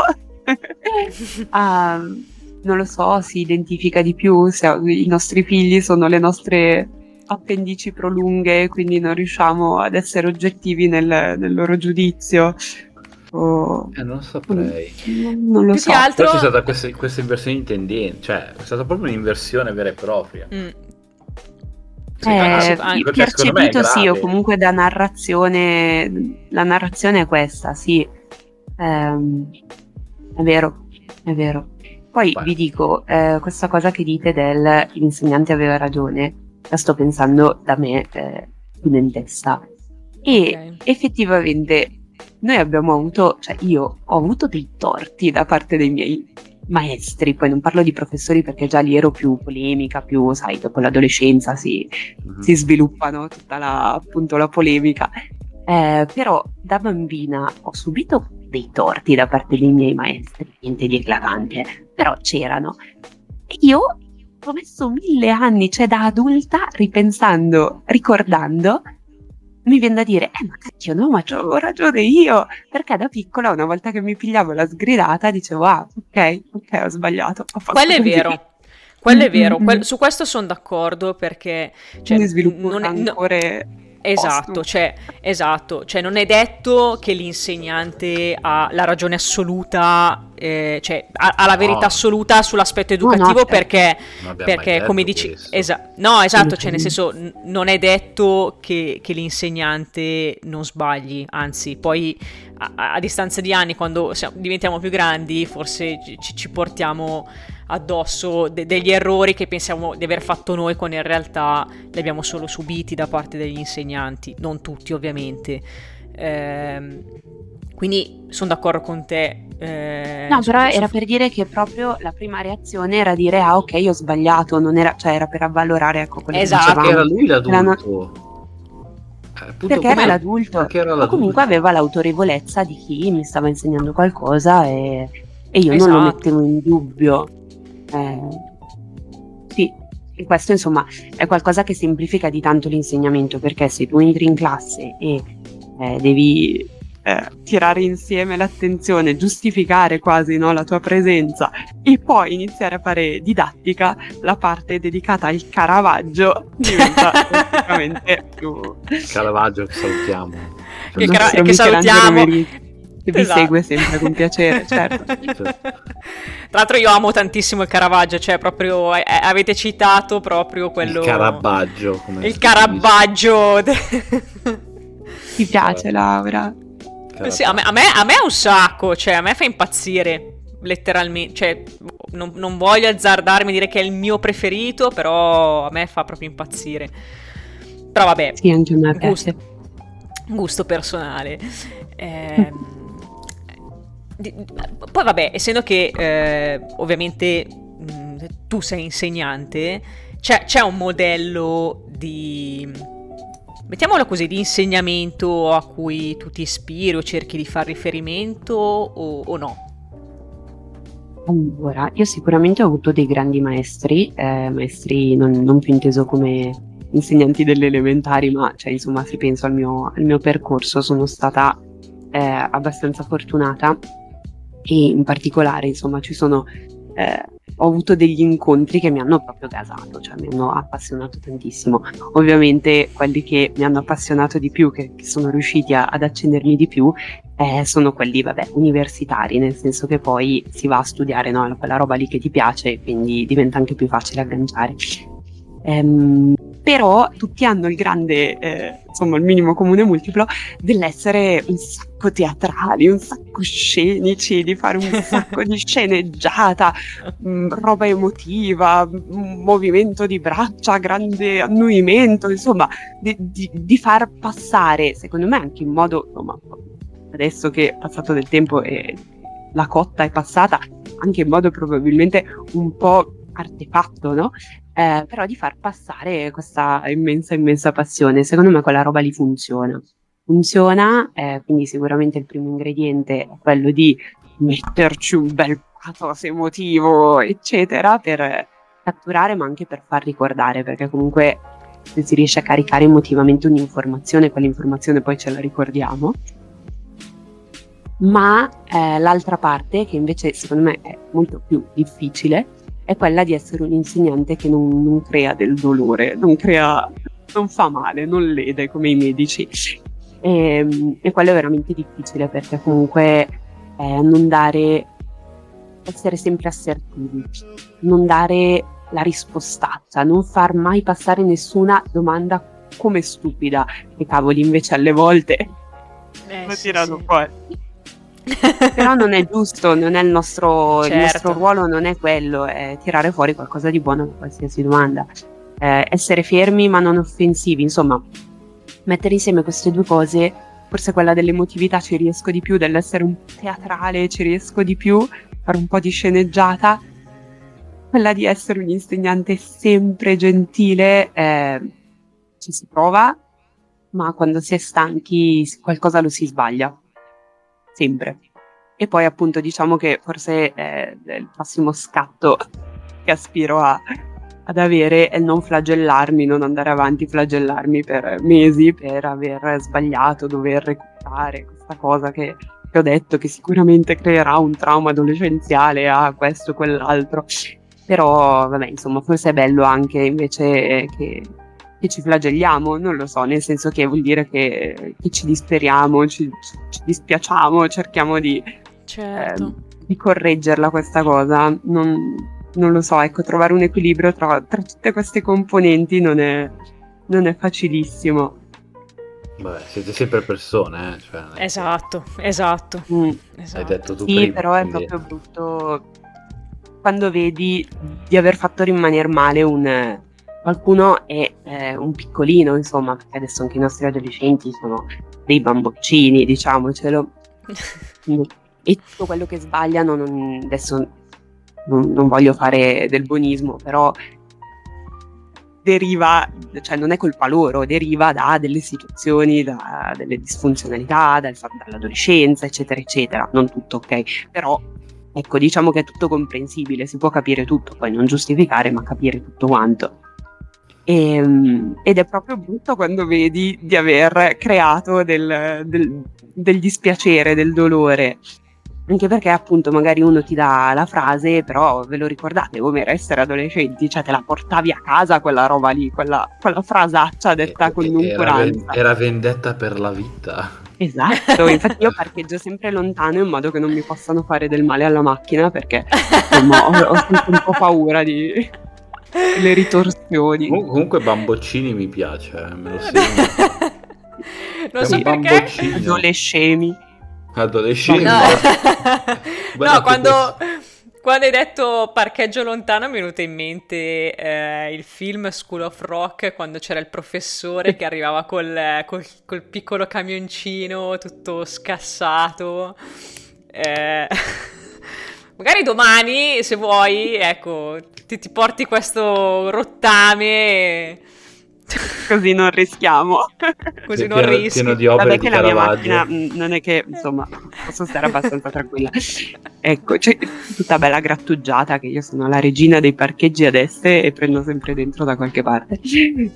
ah, non lo so, si identifica di più, se i nostri figli sono le nostre appendici prolunghe, quindi non riusciamo ad essere oggettivi nel, nel loro giudizio. O- Eh, non saprei. non, non lo Più so. che altro- Però c'è stata questa, questa inversione di tendenza, cioè è stata proprio un'inversione vera e propria. Mm. Sì, Eh, anche- io- perché secondo me è percepito sì, o grave. comunque da narrazione, la narrazione è questa, sì. Ehm, è vero, è vero. Poi Beh. vi dico, eh, questa cosa che dite del l'insegnante aveva ragione, la sto pensando da me, eh, studentessa. E Ok. effettivamente noi abbiamo avuto, cioè io ho avuto dei torti da parte dei miei maestri, poi non parlo di professori perché già lì ero più polemica, più, sai, dopo l'adolescenza si, Mhm. si sviluppano tutta la, appunto, la polemica. Eh, però da bambina ho subito dei torti da parte dei miei maestri, niente di eclatante, però c'erano. E io ho messo mille anni, cioè da adulta, ripensando, ricordando, mi viene da dire, eh ma cacchio no, ma c'avevo ragione io, perché da piccola una volta che mi pigliavo la sgridata dicevo, ah ok, ok ho sbagliato, ho fatto Quello è così. vero. Quello è vero, Mm, mm, quel- mm. su questo sono d'accordo perché cioè, Quindi sviluppo non è- no- rancore esatto, postumo. cioè, esatto, cioè non è detto che l'insegnante ha la ragione assoluta, eh, cioè ha, ha la verità No. assoluta sull'aspetto No, no, educativo certo. perché, Non abbiamo mai perché detto come dici, questo. esa- no esatto, cioè nel Assolutamente. senso n- non è detto che, che l'insegnante non sbagli, anzi poi a, a- a distanza di anni quando siamo- diventiamo più grandi forse ci, ci portiamo addosso de- degli errori che pensiamo di aver fatto noi quando in realtà li abbiamo solo subiti da parte degli insegnanti, non tutti ovviamente. Ehm, quindi sono d'accordo con te. eh, No, su- però su- era per dire che proprio la prima reazione era dire ah ok ho sbagliato, non era, cioè era per avvalorare ecco quello Esatto. che Perché era dicevamo. lui Era no- l'adulto. Eh, appunto, Perché era come- l'adulto, perché era o l'adulto. comunque aveva l'autorevolezza di chi mi stava insegnando qualcosa e, e io non lo Esatto. mettevo in dubbio. Eh, sì, e questo insomma è qualcosa che semplifica di tanto l'insegnamento, perché se tu entri in classe e eh, devi eh, tirare insieme l'attenzione, giustificare quasi no, la tua presenza e poi iniziare a fare didattica, la parte dedicata al Caravaggio diventa praticamente più... Caravaggio che salutiamo. Che il cara- nostro che Michelangelo salutiamo. Meriti, che vi Esatto. segue sempre con piacere, certo. Tra l'altro io amo tantissimo il Caravaggio, cioè proprio eh, avete citato proprio quello Il Carabaggio. Come il si Caravaggio. Ti piace Laura? dice. Sì, a me, a, me, a me un sacco, cioè a me fa impazzire, letteralmente, cioè non, non voglio azzardarmi a dire che è il mio preferito, però a me fa proprio impazzire. Però vabbè, Sì, anche a me gusto, piace. gusto personale. Ehm, di- poi vabbè, essendo che eh, ovviamente mh, tu sei insegnante, c'è, c'è un modello di, mettiamolo così, di insegnamento a cui tu ti ispiri o cerchi di far riferimento o, o no? Allora, io sicuramente ho avuto dei grandi maestri, eh, maestri non, non più inteso come insegnanti delle elementari, ma cioè, insomma, se penso al mio, al mio percorso, sono stata eh, abbastanza fortunata e in particolare, insomma, ci sono, eh, ho avuto degli incontri che mi hanno proprio gasato, cioè mi hanno appassionato tantissimo. Ovviamente quelli che mi hanno appassionato di più, che, che sono riusciti a, ad accendermi di più, Eh, sono quelli, vabbè, universitari, nel senso che poi si va a studiare, no, quella roba lì che ti piace e quindi diventa anche più facile agganciare. Ehm, però tutti hanno il grande, eh, insomma, il minimo comune multiplo dell'essere un sacco teatrali, un sacco scenici, di fare un sacco di sceneggiata, mh, roba emotiva, m- movimento di braccia, grande annuimento, insomma, di, di, di far passare, secondo me anche in modo, insomma, adesso che è passato del tempo e la cotta è passata, anche in modo probabilmente un po' artefatto, no? Eh, però di far passare questa immensa, immensa passione. Secondo me quella roba lì funziona. Funziona, eh, quindi sicuramente il primo ingrediente è quello di metterci un bel pathos emotivo, eccetera, per catturare, ma anche per far ricordare, perché comunque se si riesce a caricare emotivamente un'informazione, quell'informazione poi ce la ricordiamo. Ma eh, l'altra parte, che invece secondo me è molto più difficile, è quella di essere un insegnante che non, non crea del dolore, non crea, non fa male, non lede come i medici. E, e quello è veramente difficile, perché comunque eh, non dare, essere sempre assertivi, non dare la rispostaccia, non far mai passare nessuna domanda come stupida, che cavoli invece alle volte Eh, lo sì, tirano sì. fuori. Però non è giusto, non è il nostro, il Certo. nostro ruolo, non è quello, è tirare fuori qualcosa di buono da qualsiasi domanda. Eh, essere fermi ma non offensivi, insomma, mettere insieme queste due cose, forse quella dell'emotività ci riesco di più, dell'essere un teatrale ci riesco di più, fare un po' di sceneggiata, quella di essere un insegnante sempre gentile, eh, ci si prova, ma quando si è stanchi qualcosa lo si sbaglia. Sempre. E poi appunto diciamo che forse eh, il prossimo scatto che aspiro a, ad avere è il non flagellarmi, non andare avanti, flagellarmi per mesi per aver sbagliato, dover recuperare questa cosa che, che ho detto, che sicuramente creerà un trauma adolescenziale a questo o quell'altro. Però vabbè, insomma, forse è bello anche invece che che ci flagelliamo, non lo so, nel senso che vuol dire che, che ci disperiamo, ci, ci dispiacciamo, cerchiamo di, Certo. eh, di correggerla questa cosa, non, non lo so, ecco, trovare un equilibrio tra, tra tutte queste componenti non è, non è facilissimo. Beh, siete sempre persone, eh? Cioè, non è che- Esatto, esatto, Mm. esatto. Hai detto tu Sì, prima. però è quindi- proprio brutto quando vedi di aver fatto rimanere male un... Qualcuno è eh, un piccolino, insomma, perché adesso anche i nostri adolescenti sono dei bamboccini, diciamocelo. E tutto quello che sbagliano, non, adesso non, non voglio fare del buonismo, però deriva, cioè non è colpa loro, deriva da delle situazioni, da delle disfunzionalità, dal, dall'adolescenza, eccetera, eccetera. Non tutto, ok? Però, ecco, diciamo che è tutto comprensibile, si può capire tutto, poi non giustificare, ma capire tutto quanto. E, ed è proprio brutto quando vedi di aver creato del, del, del dispiacere, del dolore, anche perché appunto magari uno ti dà la frase, però ve lo ricordate come era essere adolescenti, cioè te la portavi a casa quella roba lì, quella, quella frasaccia detta con era, ven- noncuranza. era vendetta per la vita. Esatto, infatti io parcheggio sempre lontano in modo che non mi possano fare del male alla macchina, perché insomma ho, ho sempre un po' paura di le ritorsioni. Com- Comunque Bamboccini mi piace, eh, me lo segno. Non È so un perché. bamboccino. Adolescemi. Adolescenti. No, Guarda no che quando, quando hai detto parcheggio lontano mi è venuto in mente eh, il film School of Rock, quando c'era il professore che arrivava col, col, col piccolo camioncino tutto scassato. Eh, magari domani, se vuoi, ecco, ti, ti porti questo rottame. Così non rischiamo. Così Pieno- non rischi. pieno di opere Vabbè di che la mia Caravaggio. macchina mh, non è che, insomma, posso stare abbastanza tranquilla. Ecco, c'è tutta bella grattugiata, che io sono la regina dei parcheggi ad Este e prendo sempre dentro da qualche parte. Quindi,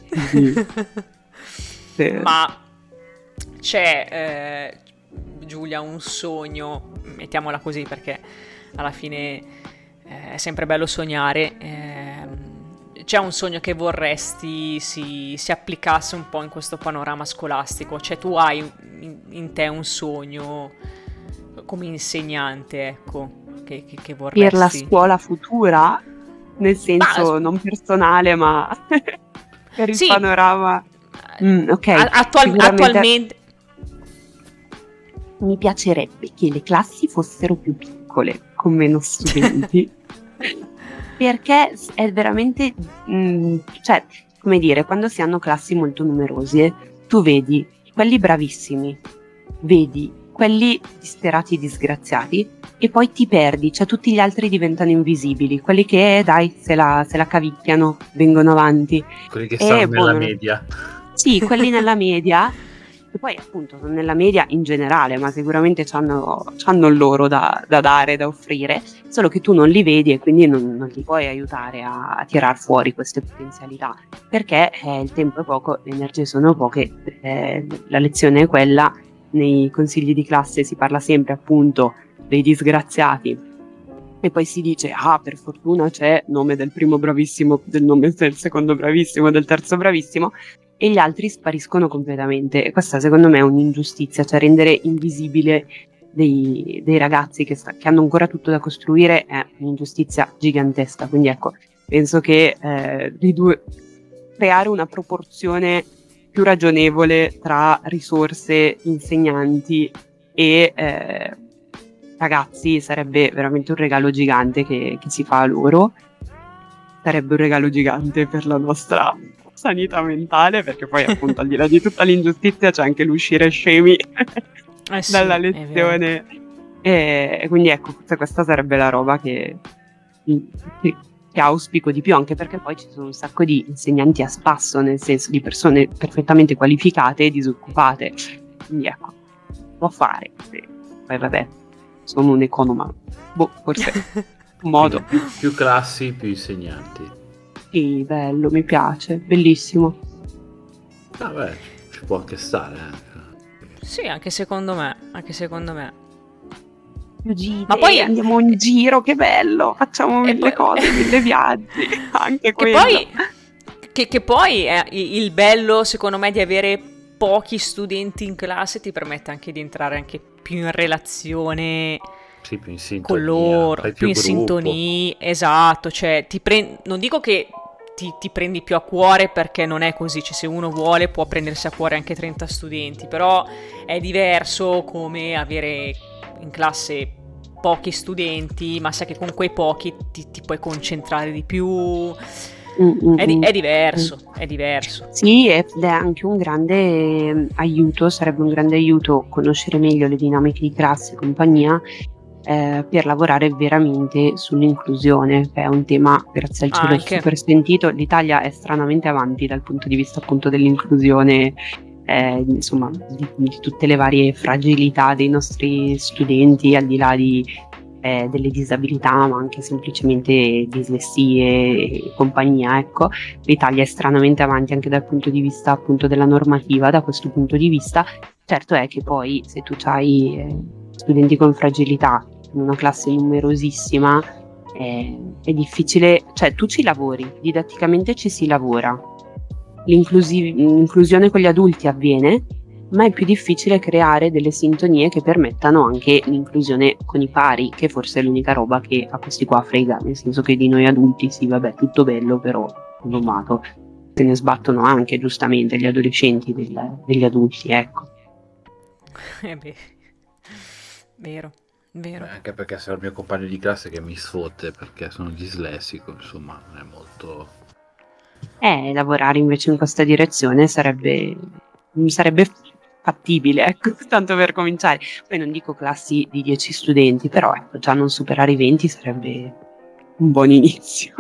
sì. Ma c'è, eh, Giulia, un sogno, mettiamola così perché alla fine eh, è sempre bello sognare. ehm, C'è un sogno che vorresti si, si applicasse un po' in questo panorama scolastico? Cioè tu hai in, in te un sogno come insegnante, ecco, che, che, che vorresti... Per la scuola futura, nel senso Ma- non personale, ma per il Sì. panorama. Mm, ok, A- attual- sicuramente attualmente... mi piacerebbe che le classi fossero più piccole, con meno studenti. Perché è veramente, mh, cioè, come dire, quando si hanno classi molto numerose, tu vedi quelli bravissimi, vedi quelli disperati e disgraziati, e poi ti perdi, cioè tutti gli altri diventano invisibili, quelli che, dai, se la, se la cavicchiano, vengono avanti. Quelli che Eh, stanno boh, nella non- media. Sì, quelli nella media, che poi appunto sono nella media in generale, ma sicuramente c'hanno, c'hanno il loro da, da dare, da offrire, solo che tu non li vedi e quindi non, non ti puoi aiutare a, a tirar fuori queste potenzialità, perché eh, il tempo è poco, le energie sono poche, eh, la lezione è quella, nei consigli di classe si parla sempre appunto dei disgraziati e poi si dice ah per fortuna c'è nome del primo bravissimo, del nome del secondo bravissimo, del terzo bravissimo, e gli altri spariscono completamente. E questa secondo me è un'ingiustizia, cioè rendere invisibile dei, dei ragazzi che, sta- che hanno ancora tutto da costruire è un'ingiustizia gigantesca. Quindi ecco, penso che eh, dei due, creare una proporzione più ragionevole tra risorse, insegnanti e eh, ragazzi sarebbe veramente un regalo gigante che, che si fa a loro. Sarebbe un regalo gigante per la nostra sanità mentale, perché poi appunto al di là di tutta l'ingiustizia c'è anche l'uscire scemi Eh sì, dalla è vero. lezione, e, e quindi ecco, forse questa sarebbe la roba che, che, che auspico di più, anche perché poi ci sono un sacco di insegnanti a spasso, nel senso di persone perfettamente qualificate e disoccupate, quindi ecco, può fare. Sì. Poi vabbè, sono un economa, boh, forse un modo. Quindi più, più classi, più insegnanti. Sì, bello, mi piace, bellissimo. Vabbè, ci può anche stare. eh. Sì, anche secondo me, anche secondo me. Più gite, Ma poi- andiamo in giro, che bello, facciamo E mille poi- cose, mille viaggi, anche Che quello. poi, che, che poi è i- il bello, secondo me, di avere pochi studenti in classe ti permette anche di entrare anche più in relazione Sì, più in sintonia. con loro, fai più in gruppo. sintonia, esatto, cioè ti pre- non dico che ti, ti prendi più a cuore perché non è così, cioè se uno vuole può prendersi a cuore anche trenta studenti, però è diverso come avere in classe pochi studenti, ma sai che con quei pochi ti, ti puoi concentrare di più, Mm, mm, è, di- mm. è diverso, è diverso. Sì, ed è anche un grande eh, aiuto, sarebbe un grande aiuto conoscere meglio le dinamiche di classe e compagnia eh, per lavorare veramente sull'inclusione, che è un tema, grazie al cielo, Anche. super sentito. L'Italia è stranamente avanti dal punto di vista appunto dell'inclusione, eh, insomma, di, di tutte le varie fragilità dei nostri studenti, al di là di eh, delle disabilità, ma anche semplicemente dislessie e compagnia, ecco. L'Italia è stranamente avanti anche dal punto di vista appunto della normativa, da questo punto di vista. Certo è che poi se tu hai eh, studenti con fragilità in una classe numerosissima eh, è difficile, cioè tu ci lavori, didatticamente ci si lavora, L'inclusi- l'inclusione con gli adulti avviene, ma è più difficile creare delle sintonie che permettano anche l'inclusione con i pari, che forse è l'unica roba che a questi qua frega, nel senso che di noi adulti sì, vabbè, tutto bello, però sommato se ne sbattono anche giustamente gli adolescenti del- degli adulti, ecco. Eh beh, vero, vero. Beh, anche perché se ho il mio compagno di classe che mi sfotte perché sono dislessico, insomma, non è molto... Eh, lavorare invece in questa direzione sarebbe, sarebbe fattibile, ecco, tanto per cominciare. Poi non dico classi di dieci studenti, però ecco, già non superare i venti sarebbe un buon inizio.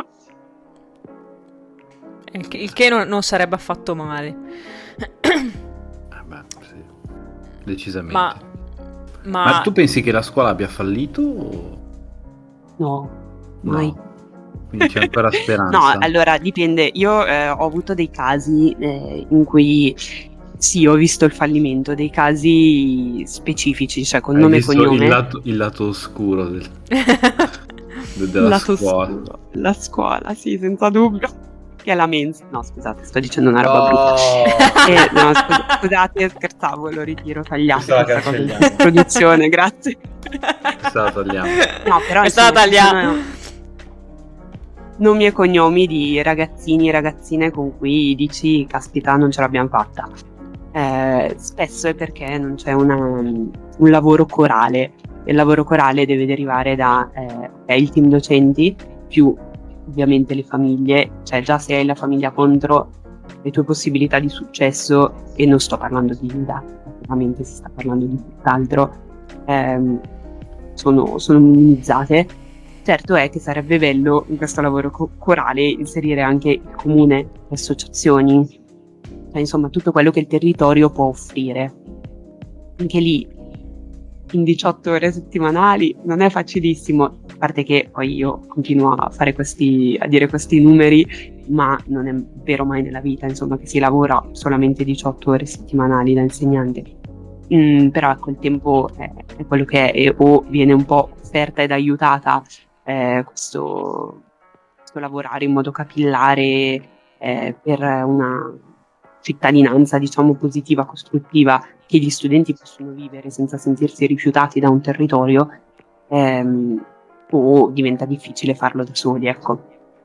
Il che, il che non, non sarebbe affatto male. Eh beh, sì. Decisamente. Ma, ma... Ma tu pensi che la scuola abbia fallito? O... No, mai. No. Quindi c'è ancora speranza? No, allora dipende. Io eh, ho avuto dei casi eh, in cui sì, ho visto il fallimento, dei casi specifici, cioè con Hai nome e visto cognome. Il lato, il lato oscuro del, de- della Lato scuola. oscuro. La scuola, sì, senza dubbio. Che è la mensa. No, scusate, sto dicendo una roba brutta. Eh, no, scu- scusate, scherzavo, lo ritiro, tagliato Questa la questa cosa in cancelliamo. produzione, grazie. Questa la togliamo. No, però Questa la insomma, ci tagliamo. sono nomi e cognomi di ragazzini e ragazzine con cui dici, caspita, non ce l'abbiamo fatta. Eh, spesso è perché non c'è una, un lavoro corale. Il lavoro corale deve derivare da eh, il team docenti più ovviamente le famiglie, cioè già se hai la famiglia contro, le tue possibilità di successo, e non sto parlando di didattica, ovviamente si sta parlando di tutt'altro, ehm, sono, sono minimizzate. Certo è che sarebbe bello in questo lavoro co- corale inserire anche il comune, le associazioni, cioè insomma tutto quello che il territorio può offrire. Anche lì in diciotto ore settimanali non è facilissimo, a parte che poi io continuo a fare questi, a dire questi numeri, ma non è vero mai nella vita, insomma, che si lavora solamente diciotto ore settimanali da insegnante. Mm, però ecco, il tempo è, è quello che è, e o viene un po' offerta ed aiutata eh, questo, questo lavorare in modo capillare eh, per una cittadinanza, diciamo, positiva, costruttiva, che gli studenti possono vivere senza sentirsi rifiutati da un territorio, ehm, o diventa difficile farlo da soli, ecco.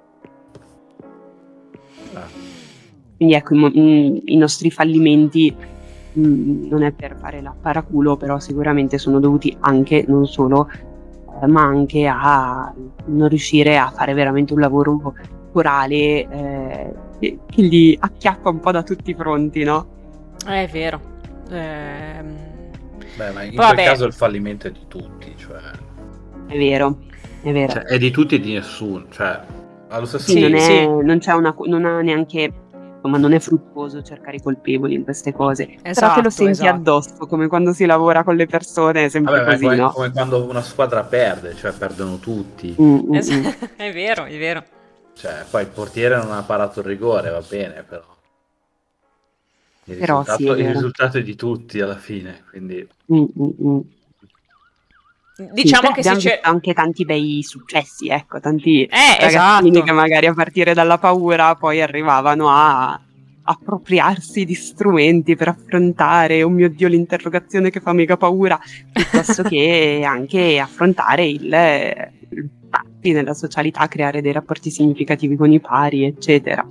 Quindi ecco, i, mo- i- i nostri fallimenti mh, non è per fare la paraculo, però sicuramente sono dovuti anche, non solo, eh, ma anche a non riuscire a fare veramente un lavoro corale eh, che che li acchiappa un po' da tutti i fronti, no? Eh, È vero. Ehm, Beh, ma in Vabbè. quel caso il fallimento è di tutti, cioè, È vero, è vero. cioè è di tutti e di nessuno, cioè allo stesso Sì, Sì, non, è, sì. non c'è una, non ha neanche, insomma, non è fruttuoso cercare i colpevoli in queste cose. Però te Esatto, lo senti esatto. addosso, come quando si lavora con le persone, è sempre Vabbè, ma è così, come, no? come quando una squadra perde, cioè perdono tutti. Mm, mm, es- mm. è vero, è vero. Cioè, poi il portiere non ha parato il rigore, va bene, però il, Però risultato, sì, è il vero. risultato è di tutti alla fine, quindi Mm, mm, mm. Sì, Diciamo però che abbiamo se c'è... visto anche tanti bei successi, ecco, tanti Eh, ragazzini esatto. che magari a partire dalla paura poi arrivavano a appropriarsi di strumenti per affrontare, oh mio Dio, l'interrogazione che fa mega paura, piuttosto che anche affrontare il, il fatti nella socialità, creare dei rapporti significativi con i pari, eccetera.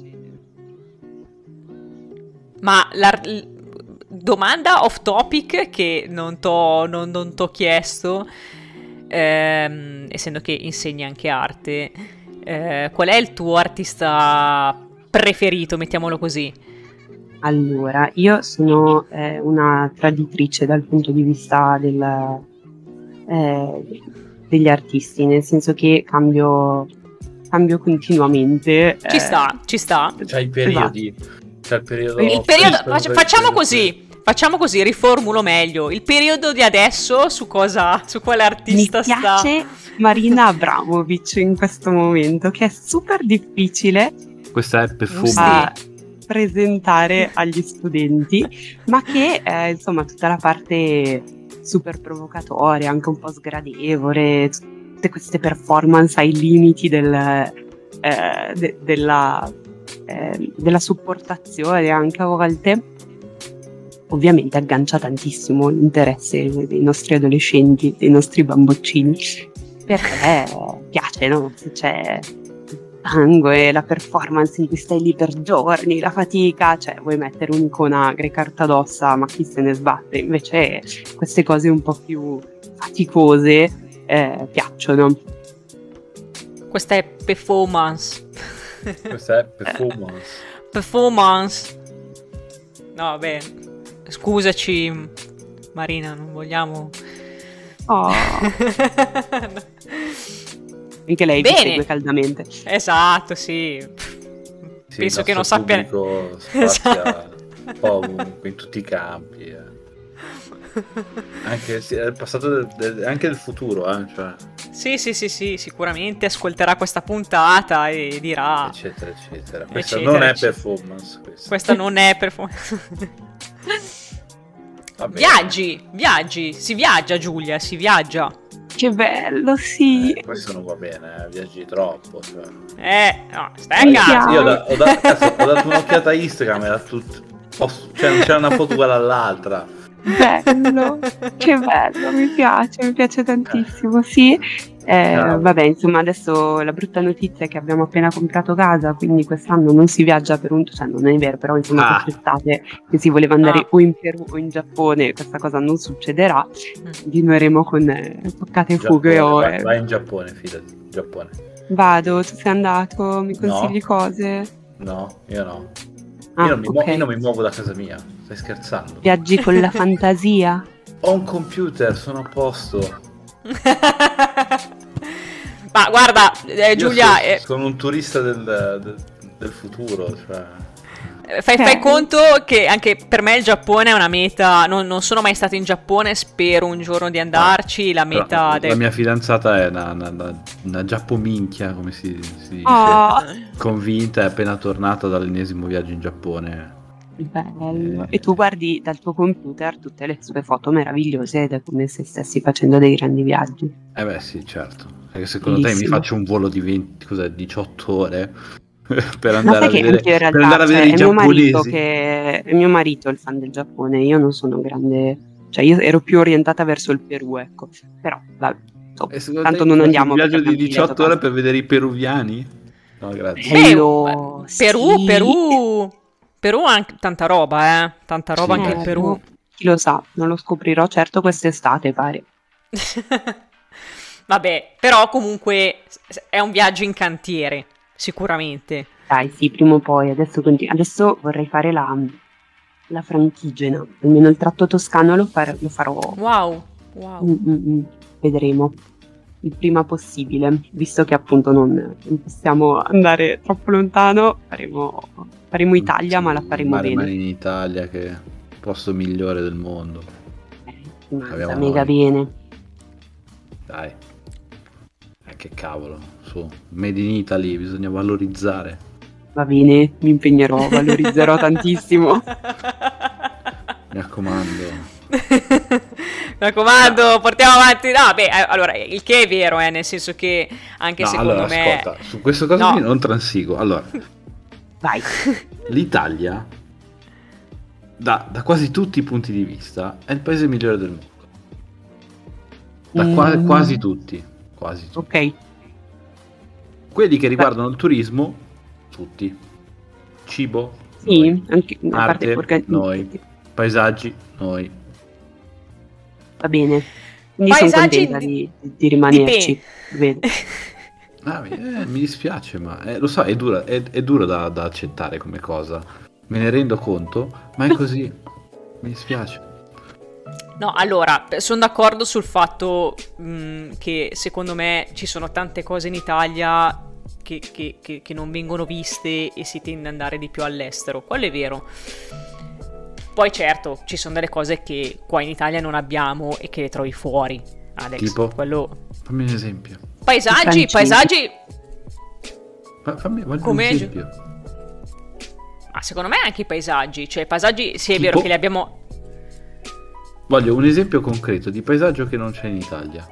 Ma la l- domanda off topic che non t'ho non, non t'ho chiesto, ehm, essendo che insegni anche arte, eh, qual è il tuo artista preferito, mettiamolo così? Allora, io sono eh, una traditrice dal punto di vista del, eh, degli artisti, nel senso che cambio, cambio continuamente. Ci eh, sta, ci sta. c'è i periodi, c'è il periodo... Il periodo, questo, fac- questo, facciamo questo. così, facciamo così, riformulo meglio. Il periodo di adesso, su cosa, su quale Mi artista sta? piace Marina Abramovic in questo momento, che è super difficile Questa è Perfumo. Sì. a presentare agli studenti, ma che eh, insomma tutta la parte super provocatoria, anche un po' sgradevole, tutte queste performance ai limiti del, eh, de- della, eh, della sopportazione anche a volte, ovviamente aggancia tantissimo l'interesse dei nostri adolescenti, dei nostri bamboccini, perché piace, no? Se c'è sangue, la performance in cui stai lì per giorni, la fatica, cioè vuoi mettere un'icona greca ortodossa, ma chi se ne sbatte? Invece queste cose un po' più faticose eh, piacciono. Questa è performance. Questa è Performance. Performance. No, bene. scusaci Marina, non vogliamo... Oh. Anche lei Bene. vi segue caldamente. Esatto, sì. Sì, Penso il che non nostro sappia... pubblico spazia un po' ovunque, in tutti i campi. Eh. Anche sì, è il passato del, del- anche del futuro, eh, cioè, Sì, sì, sì, sì, sicuramente ascolterà questa puntata e dirà... eccetera, eccetera. Questa Eccetera, non è eccetera. performance. Questa. Questa non è per... Va bene. Viaggi, viaggi, si viaggia Giulia, si viaggia. Che bello, sì. Eh, questo non va bene, eh, viaggi troppo. Cioè. Eh, no, stai a Mi casa. piace. Io ho, da- ho da- cazzo, ho dato un'occhiata a Instagram, era tutto, posso- cioè non c'era una foto uguale all'altra. Bello, che bello, mi piace, mi piace tantissimo, sì. Eh, Bravo. vabbè, insomma, adesso la brutta notizia è che abbiamo appena comprato casa, quindi quest'anno non si viaggia per un... cioè non è vero, però insomma Ah. quest'estate che si voleva andare Ah. o in Perù o in Giappone, questa cosa non succederà, continueremo con eh, toccate e fughe. Giappone, o, vai, eh, vai in Giappone, fidati. Giappone. Vado, tu sei andato, mi No. consigli cose? No, io no. Ah, io, non mi mu- ok. io non mi muovo da casa mia. Stai scherzando? Viaggi con la fantasia? Ho un computer, sono a posto. Ma guarda, eh, Io Giulia, so- eh, sono un turista del, del- del futuro, cioè. fai, fai Eh. conto che anche per me il Giappone è una meta. Non, non sono mai stato in Giappone, spero un giorno di andarci. La Però meta la del- mia fidanzata è una, una, una, una giappominchia, come si, si dice. Oh, Convinta, è appena tornata dall'ennesimo viaggio in Giappone. bello. Eh. E tu guardi dal tuo computer tutte le sue foto meravigliose ed è come se stessi facendo dei grandi viaggi. Eh beh sì, certo. Perché secondo te mi Bellissimo. faccio un volo di venti, cos'è, diciotto ore per Ma andare sai a che vedere, anch'io in per realtà, andare a cioè, vedere i è mio marito giapponesi? che è mio marito il fan del Giappone, io non sono grande, cioè io ero più orientata verso il Perù, ecco. Però vabbè, insomma, E secondo tanto te non mi faccio andiamo un viaggio perché di abbiamo diciotto cambiato ore casa. per vedere i peruviani? No, grazie. Beh, Bello, Perù, sì. Perù, Perù anche tanta roba, eh. Tanta roba Sì. anche il Eh, Perù. Chi lo sa, non lo scoprirò certo quest'estate, pare. Vabbè, però comunque s- è un viaggio in cantiere, sicuramente. Dai, sì, prima o poi, adesso, continu- adesso vorrei fare la, la Franchigena, almeno il tratto toscano lo, fare- lo farò, Wow, wow. Mm, mm, mm. Vedremo il prima possibile, visto che appunto non, non possiamo andare troppo lontano, faremo, faremo Italia, ma la faremo Mare bene. Mare in Italia, che è il posto migliore del mondo. Eh, si mangia Abbiamo mega noi. bene. Dai. Eh, che cavolo, su. Made in Italy, bisogna valorizzare. Va bene, mi impegnerò, valorizzerò tantissimo. Mi raccomando. Mi raccomando, portiamo avanti. No, beh, eh, allora, il che è vero, eh, nel senso che anche No, secondo allora, me... ascolta, su questo caso No. qui non transigo. Allora, Vai. l'Italia, da, da quasi tutti i punti di vista, è il paese migliore del mondo. Da qua- Mm. quasi tutti. Quasi tutti. Ok, Quelli che riguardano il turismo, tutti. Cibo, sì, noi. anche a parte Arte, organ- noi. Paesaggi, noi. Va bene. Quindi sono Paesaggi contenta di- di, di rimanerci. Vedo. Ah, mi, eh, mi dispiace, ma eh, lo so, è dura, è, è dura da, da accettare come cosa. Me ne rendo conto, ma è così. Mi dispiace. No, allora, sono d'accordo sul fatto mh, che secondo me ci sono tante cose in Italia che, che- che- che non vengono viste e si tende ad andare di più all'estero. Quello è vero. Poi certo, ci sono delle cose che qua in Italia non abbiamo e che le trovi fuori, Alex. Tipo? Quello... Fammi un esempio. Paesaggi, I francesi. paesaggi... Fa- fammi voglio Come- un esempio. Ma secondo me anche i paesaggi. Cioè, i paesaggi, sì, è Tipo? vero che li abbiamo... Voglio un esempio concreto di paesaggio che non c'è in Italia.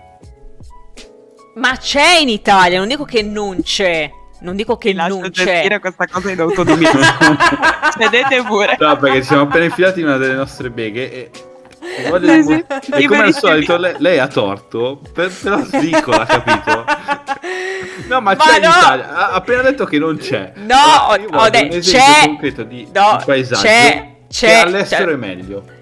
Ma c'è in Italia, non dico che non c'è. Non dico che non c'è. questa cosa in autonomia. Cedete pure. No, perché ci siamo appena infilati in una delle nostre beghe e, e voglio Sì, dimo- sì. e come al Liberi- solito lei, lei ha torto, per, però svicola, capito? No, ma, Ma c'è in no! Italia. Ha appena detto che non c'è. No, Allora, io ho- voglio ho un detto, esempio c'è- concreto di, no, di paesaggio c'è- c'è- che all'estero c'è- è meglio.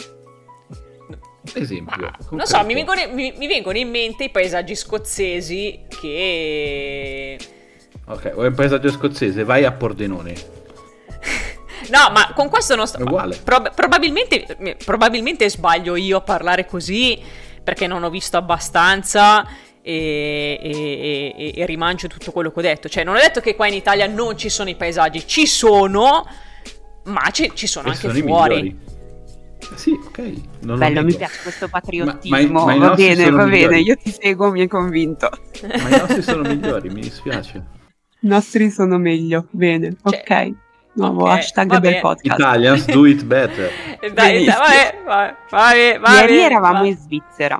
Esempio. Non so, mi concreto. vengono, mi, mi vengono in mente i paesaggi scozzesi che... Ok, vuoi un paesaggio scozzese? Vai a Pordenone. No, ma con questo non sto... È uguale. Prob- probabilmente, probabilmente sbaglio io a parlare così, perché non ho visto abbastanza e, e, e, e rimangio tutto quello che ho detto. Cioè, non ho detto che qua in Italia non ci sono i paesaggi, ci sono, ma ci, ci sono E anche sono i fuori. migliori. Sì, ok. Non lo Bello, mi nego. piace questo Ma- patriottismo. ma i- ma i va nostri bene, sono va migliori. bene, io ti seguo, mi hai convinto. Ma i nostri sono migliori, mi dispiace. I nostri sono meglio, bene, Cioè, ok. Nuovo ok, hashtag va del bene. podcast. Italians do it better. Dai, dai, Benissimo. vabbè, vabbè, vabbè, vabbè, Ieri eravamo vabbè. in Svizzera.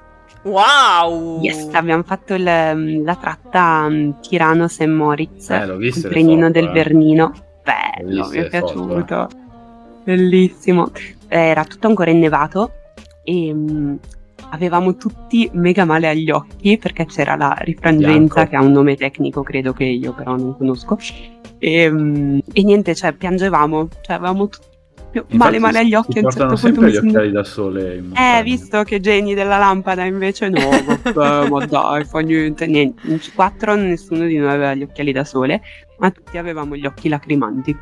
Wow! Yes, abbiamo fatto il- la tratta um, Tirano-Saint Moritz, Eh, l'ho viste il le trenino foto, del eh. Vernino. Ho Bello, visto mi è le foto, piaciuto. Bellissimo. Eh, Era tutto ancora innevato e mm, avevamo tutti mega male agli occhi perché c'era la rifrangenza, Bianco. che ha un nome tecnico, credo, che io però non conosco. E, mm, e niente, cioè piangevamo, cioè avevamo tutti più male Infatti male agli si occhi. A un portano certo punto sempre mi gli sono- occhiali da sole in montagna. eh, visto che geni della lampada, invece no, vabbè, ma dai, fa niente, niente. In quattro nessuno di noi aveva gli occhiali da sole, ma tutti avevamo gli occhi lacrimanti.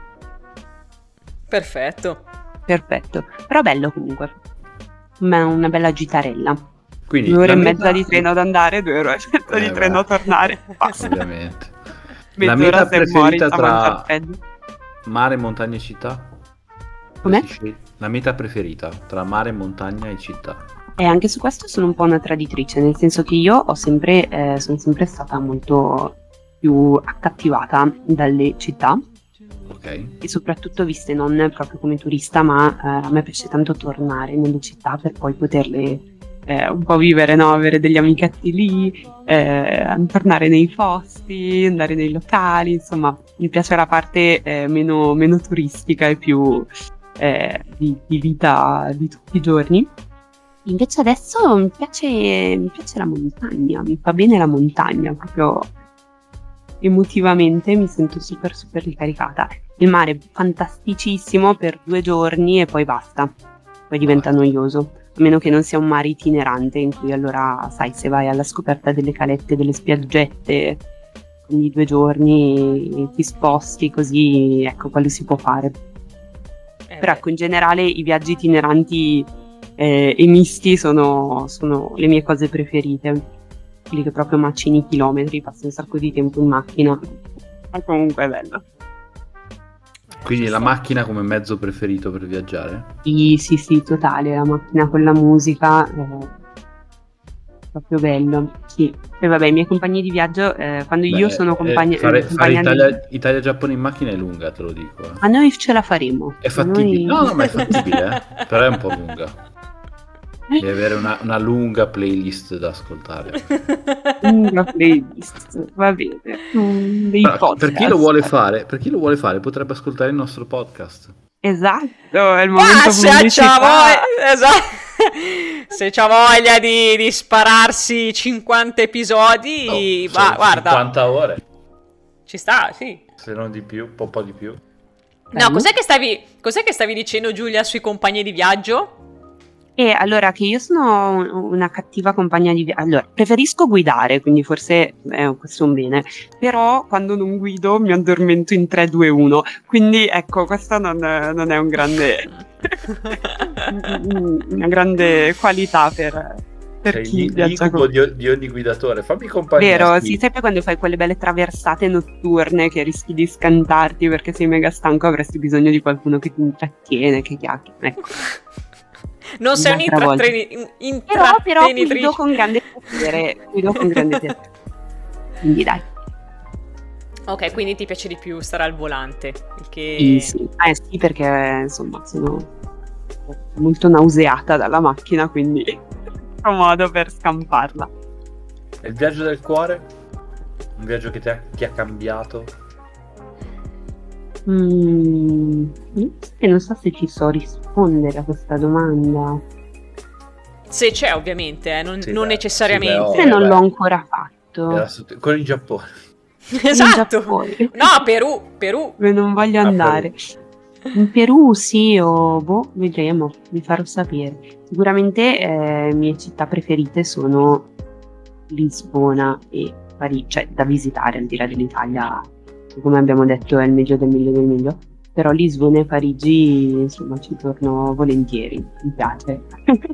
Perfetto. Perfetto, però bello comunque. Una, una bella gitarella. Quindi Due ore la e meta- mezza di treno ad andare, due ore e mezza Eh, di beh. treno a tornare. Basta. Ovviamente. La Mezz'ora meta sei preferita Moritz a mangiare tra freddo. mare, montagna e città? Com'è? Si sceglie- La meta preferita tra mare, montagna e città. E anche su questo sono un po' una traditrice, nel senso che io ho sempre, eh, sono sempre stata molto più accattivata dalle città, Ok. e soprattutto viste non proprio come turista, ma eh, a me piace tanto tornare nelle città per poi poterle eh, un po' vivere, no? Avere degli amichetti lì, eh, tornare nei posti, andare nei locali, insomma, mi piace la parte eh, meno, meno turistica e più eh, di, di vita di tutti i giorni. Invece adesso mi piace, mi piace la montagna, mi fa bene la montagna, proprio emotivamente mi sento super super ricaricata. Il mare è fantasticissimo per due giorni e poi basta, poi diventa noioso, a meno che non sia un mare itinerante in cui allora, sai, se vai alla scoperta delle calette, delle spiaggette, quindi due giorni ti sposti così, ecco, quello si può fare. Eh, Però beh. ecco, in generale i viaggi itineranti eh, e misti sono, sono le mie cose preferite. Quelli che proprio macini chilometri, passi un sacco di tempo in macchina. Ma comunque è bello. Quindi Ci la sta. macchina come mezzo preferito per viaggiare? Sì, sì, sì, totale, la macchina con la musica è proprio bello. Sì. E vabbè, i miei compagni di viaggio, eh, quando io Beh, sono eh, compagna, fare, fare compagna di- Italia- Italia-Giappone in macchina è lunga, te lo dico. eh. a noi ce la faremo. È fattibile. Noi- No, no, ma è fattibile, eh. Però è un po' lunga. Devi avere una, una lunga playlist da ascoltare. Una playlist, va bene. Mm, dei Però, podcast. per chi lo vuole fare, per chi lo vuole fare, potrebbe ascoltare il nostro podcast. Esatto, è il momento Ah, se pubblicità. c'ha voglia, esatto. Se c'ha voglia di, di spararsi cinquanta episodi, Oh, va, sono guarda, cinquanta ore, ci sta, sì. se non di più, un po', po' di più. No, cos'è che stavi, cos'è che stavi dicendo, Giulia, sui compagni di viaggio? E allora che io sono un- una cattiva compagna di viaggio. Allora, preferisco guidare, quindi forse eh, questo è un bene. Però quando non guido mi addormento in tre due uno. Quindi ecco, questa non, non è un grande una grande qualità per, per Sei chi lì- viaggia l'incubo con... di, di ogni guidatore. Fammi compagnia. Vero, sì. sì, sempre quando fai quelle belle traversate notturne che rischi di scantarti perché sei mega stanco, avresti bisogno di qualcuno che ti intrattiene, che chiacchiera. Ecco. Non sei Un'altra volta. un'intratteni- Però, però guido intrattenitrice. con grande piacere, guido con grande piacere. Quindi dai. Ok, quindi ti piace di più stare al volante, il che... Sì, sì. Eh sì, perché insomma sono molto nauseata dalla macchina, quindi ho modo per scamparla. E il viaggio del cuore? Un viaggio che ti ha, ti ha cambiato? Mm, e non so se ci so rispondere a questa domanda. Se c'è, ovviamente, eh, non, Sì, non beh, necessariamente. sì, beh, Se Eh, non beh. l'ho ancora fatto. Era sotto- con il Giappone. Esatto. In Giappone. No, Perù, Perù. Dove non voglio Ah, andare. In Perù sì, o boh, vedremo, vi farò sapere. Sicuramente eh, mie città preferite sono Lisbona e Parigi, cioè da visitare al di là dell'Italia, come abbiamo detto è il meglio del meglio del meglio. però Lisbona e Parigi, insomma, ci torno volentieri, mi piace.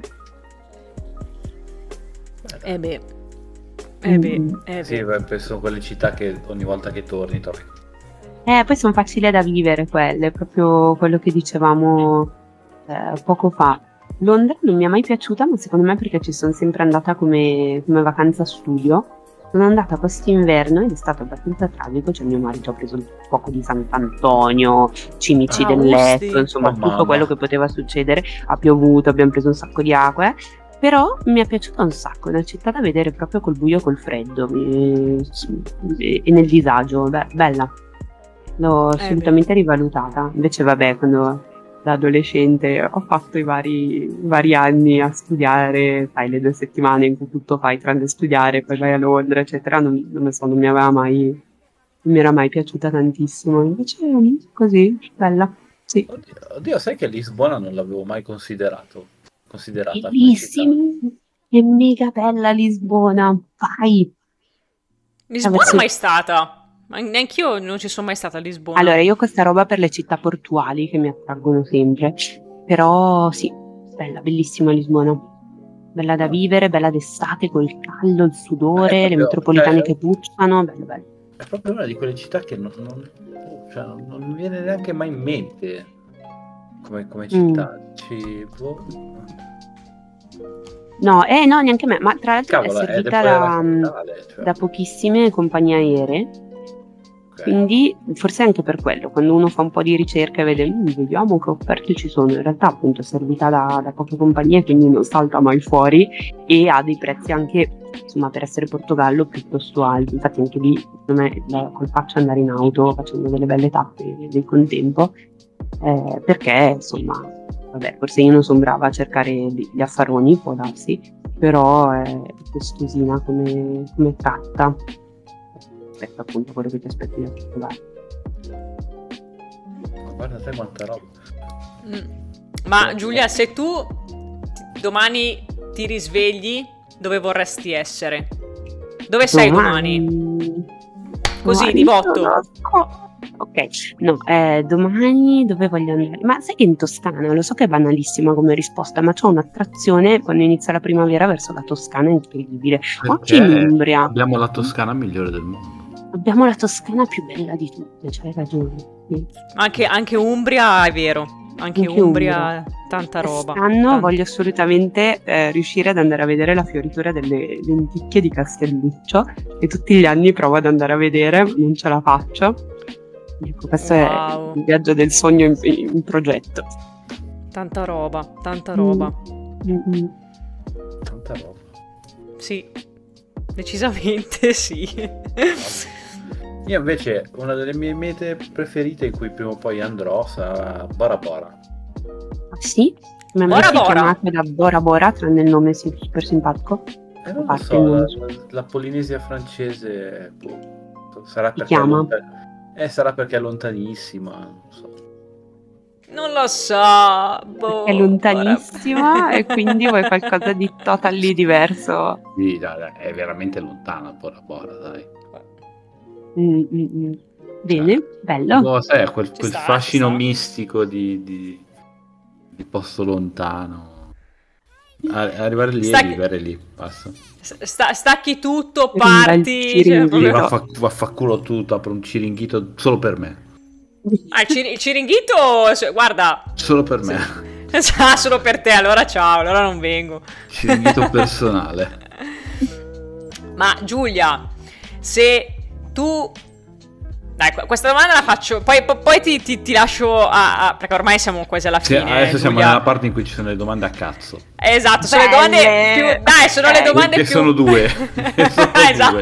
Eh beh, eh beh, Mm. eh Sì, beh. beh, sono quelle città che ogni volta che torni trovi. Eh, poi sono facili da vivere quelle, proprio quello che dicevamo eh, poco fa. Londra non mi è mai piaciuta, ma secondo me perché ci sono sempre andata come, come vacanza studio. Sono andata quest'inverno ed è stato abbastanza tragico, cioè mio marito ha preso il fuoco di Sant'Antonio, cimici Ah, del usti. letto, insomma Oh, tutto mamma. quello che poteva succedere. Ha piovuto, abbiamo preso un sacco di acqua, eh. Però mi è piaciuta un sacco, è una città da vedere proprio col buio, col freddo e, e nel disagio, beh, bella. L'ho Eh assolutamente rivalutata. Invece, vabbè, quando da adolescente ho fatto i vari, vari anni a studiare, sai, le due settimane in cui tutto fai tranne studiare, poi vai a Londra, eccetera, non, non, so, non mi aveva mai, non mi era mai piaciuta tantissimo. Invece, così, bella, sì. Oddio, oddio, sai che Lisbona non l'avevo mai considerato, considerata come città. Bellissima, è mega bella Lisbona, vai! Lisbona Verso- mai stata? Ma neanch'io non ci sono mai stata a Lisbona. Allora, io ho questa roba per le città portuali che mi attraggono sempre, però sì, bella, bellissima Lisbona. Bella da vivere, bella d'estate col caldo, il È sudore, le proprio- metropolitane cioè, che puzzano, bello bello. È proprio una di quelle città che non, non, cioè, non- non mi viene neanche mai in mente come, come città. Dici, boh, No, eh no, neanche me, ma tra l'altro cavolo, è è servita poi la da, capitale, cioè, da pochissime compagnie aeree, ok. quindi forse anche per quello, quando uno fa un po' di ricerca e vede, "Mm, vediamo che offerte ci sono", in realtà appunto è servita da, da poche compagnie, quindi non salta mai fuori e ha dei prezzi anche, insomma, per essere Portogallo piuttosto alti. Infatti anche lì, secondo me, la- col faccio andare in auto facendo delle belle tappe del contempo, eh, perché insomma, vabbè, forse io non sono brava a cercare gli gli affaroni, può darsi, però è costosina come, come tratta rispetto appunto a quello che ti aspetti da Portogallo. Ma guarda te quanta roba. Mm. Ma Giulia, se tu ti- domani ti risvegli, dove vorresti essere? Dove sei domani? Così, domani di botto. non lo so. Ok, no, eh, domani dove voglio andare? Ma sai che in Toscana, lo so che è banalissima come risposta, ma c'ho un'attrazione quando inizia la primavera verso la Toscana incredibile. O anche in Perché Umbria. abbiamo la Toscana migliore del mondo. Abbiamo la Toscana più bella di tutte, c'hai ragione. Sì. Anche, anche Umbria è vero. Anche, Anche Umbria, tanta roba. Quest'anno Tanta- voglio assolutamente eh, riuscire ad andare a vedere la fioritura delle lenticchie di Castelluccio e tutti gli anni provo ad andare a vedere, ma non ce la faccio. Ecco, questo Wow. è il viaggio del sogno in, in progetto. Tanta roba, tanta roba. Mm-mm. Tanta roba. Sì, decisamente sì. Io invece una delle mie mete preferite in cui prima o poi andrò sarà Bora Bora. Ah, sì? Come mai Bora si Bora. chiamate da Bora Bora, tranne il nome sì, super simpatico? E A non lo parte so, il la, nome. la- la Polinesia francese boh, sarà Si perché chiama? è lontan- eh, sarà perché è lontanissima, non so. Non lo so. Boh, È lontanissima e quindi vuoi qualcosa di totally diverso. Sì, dai, dai, è veramente lontana Bora Bora, dai. Mm, mm, mm. Bene, bello. No, sai, quel, Ci quel sta, ci fascino sta. mistico di, di, di posto lontano. A- arrivare lì Sta- e vivere lì, basta. Sta- stacchi tutto, Un bel parti. Cioè, ciringhito. Sì, proprio- vaffa- vaffanculo tutto, apro un ciringhito solo per me. Ah, il, cir- il ciringhito, se- guarda, Solo per me. ah, solo per te, allora ciao, allora non vengo. Ciringhito personale. Ma Giulia, se tu... Dai, qu- questa domanda la faccio, poi, po- poi ti, ti- ti lascio a, a- perché ormai siamo quasi alla Sì, fine. adesso siamo Giulia. nella parte in cui ci sono le domande a cazzo. Esatto, sono le domande Belle. più... Dai, sono le Ok. domande Che più... sono due. Che sono esatto.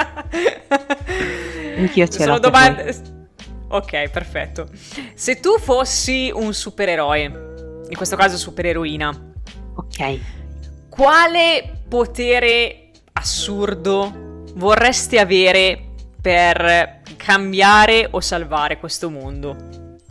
Anch'io ce Sono l'ho. domande... Ok, perfetto. Se tu fossi un supereroe, in questo caso supereroina, Ok. quale potere assurdo vorresti avere per cambiare o salvare questo mondo?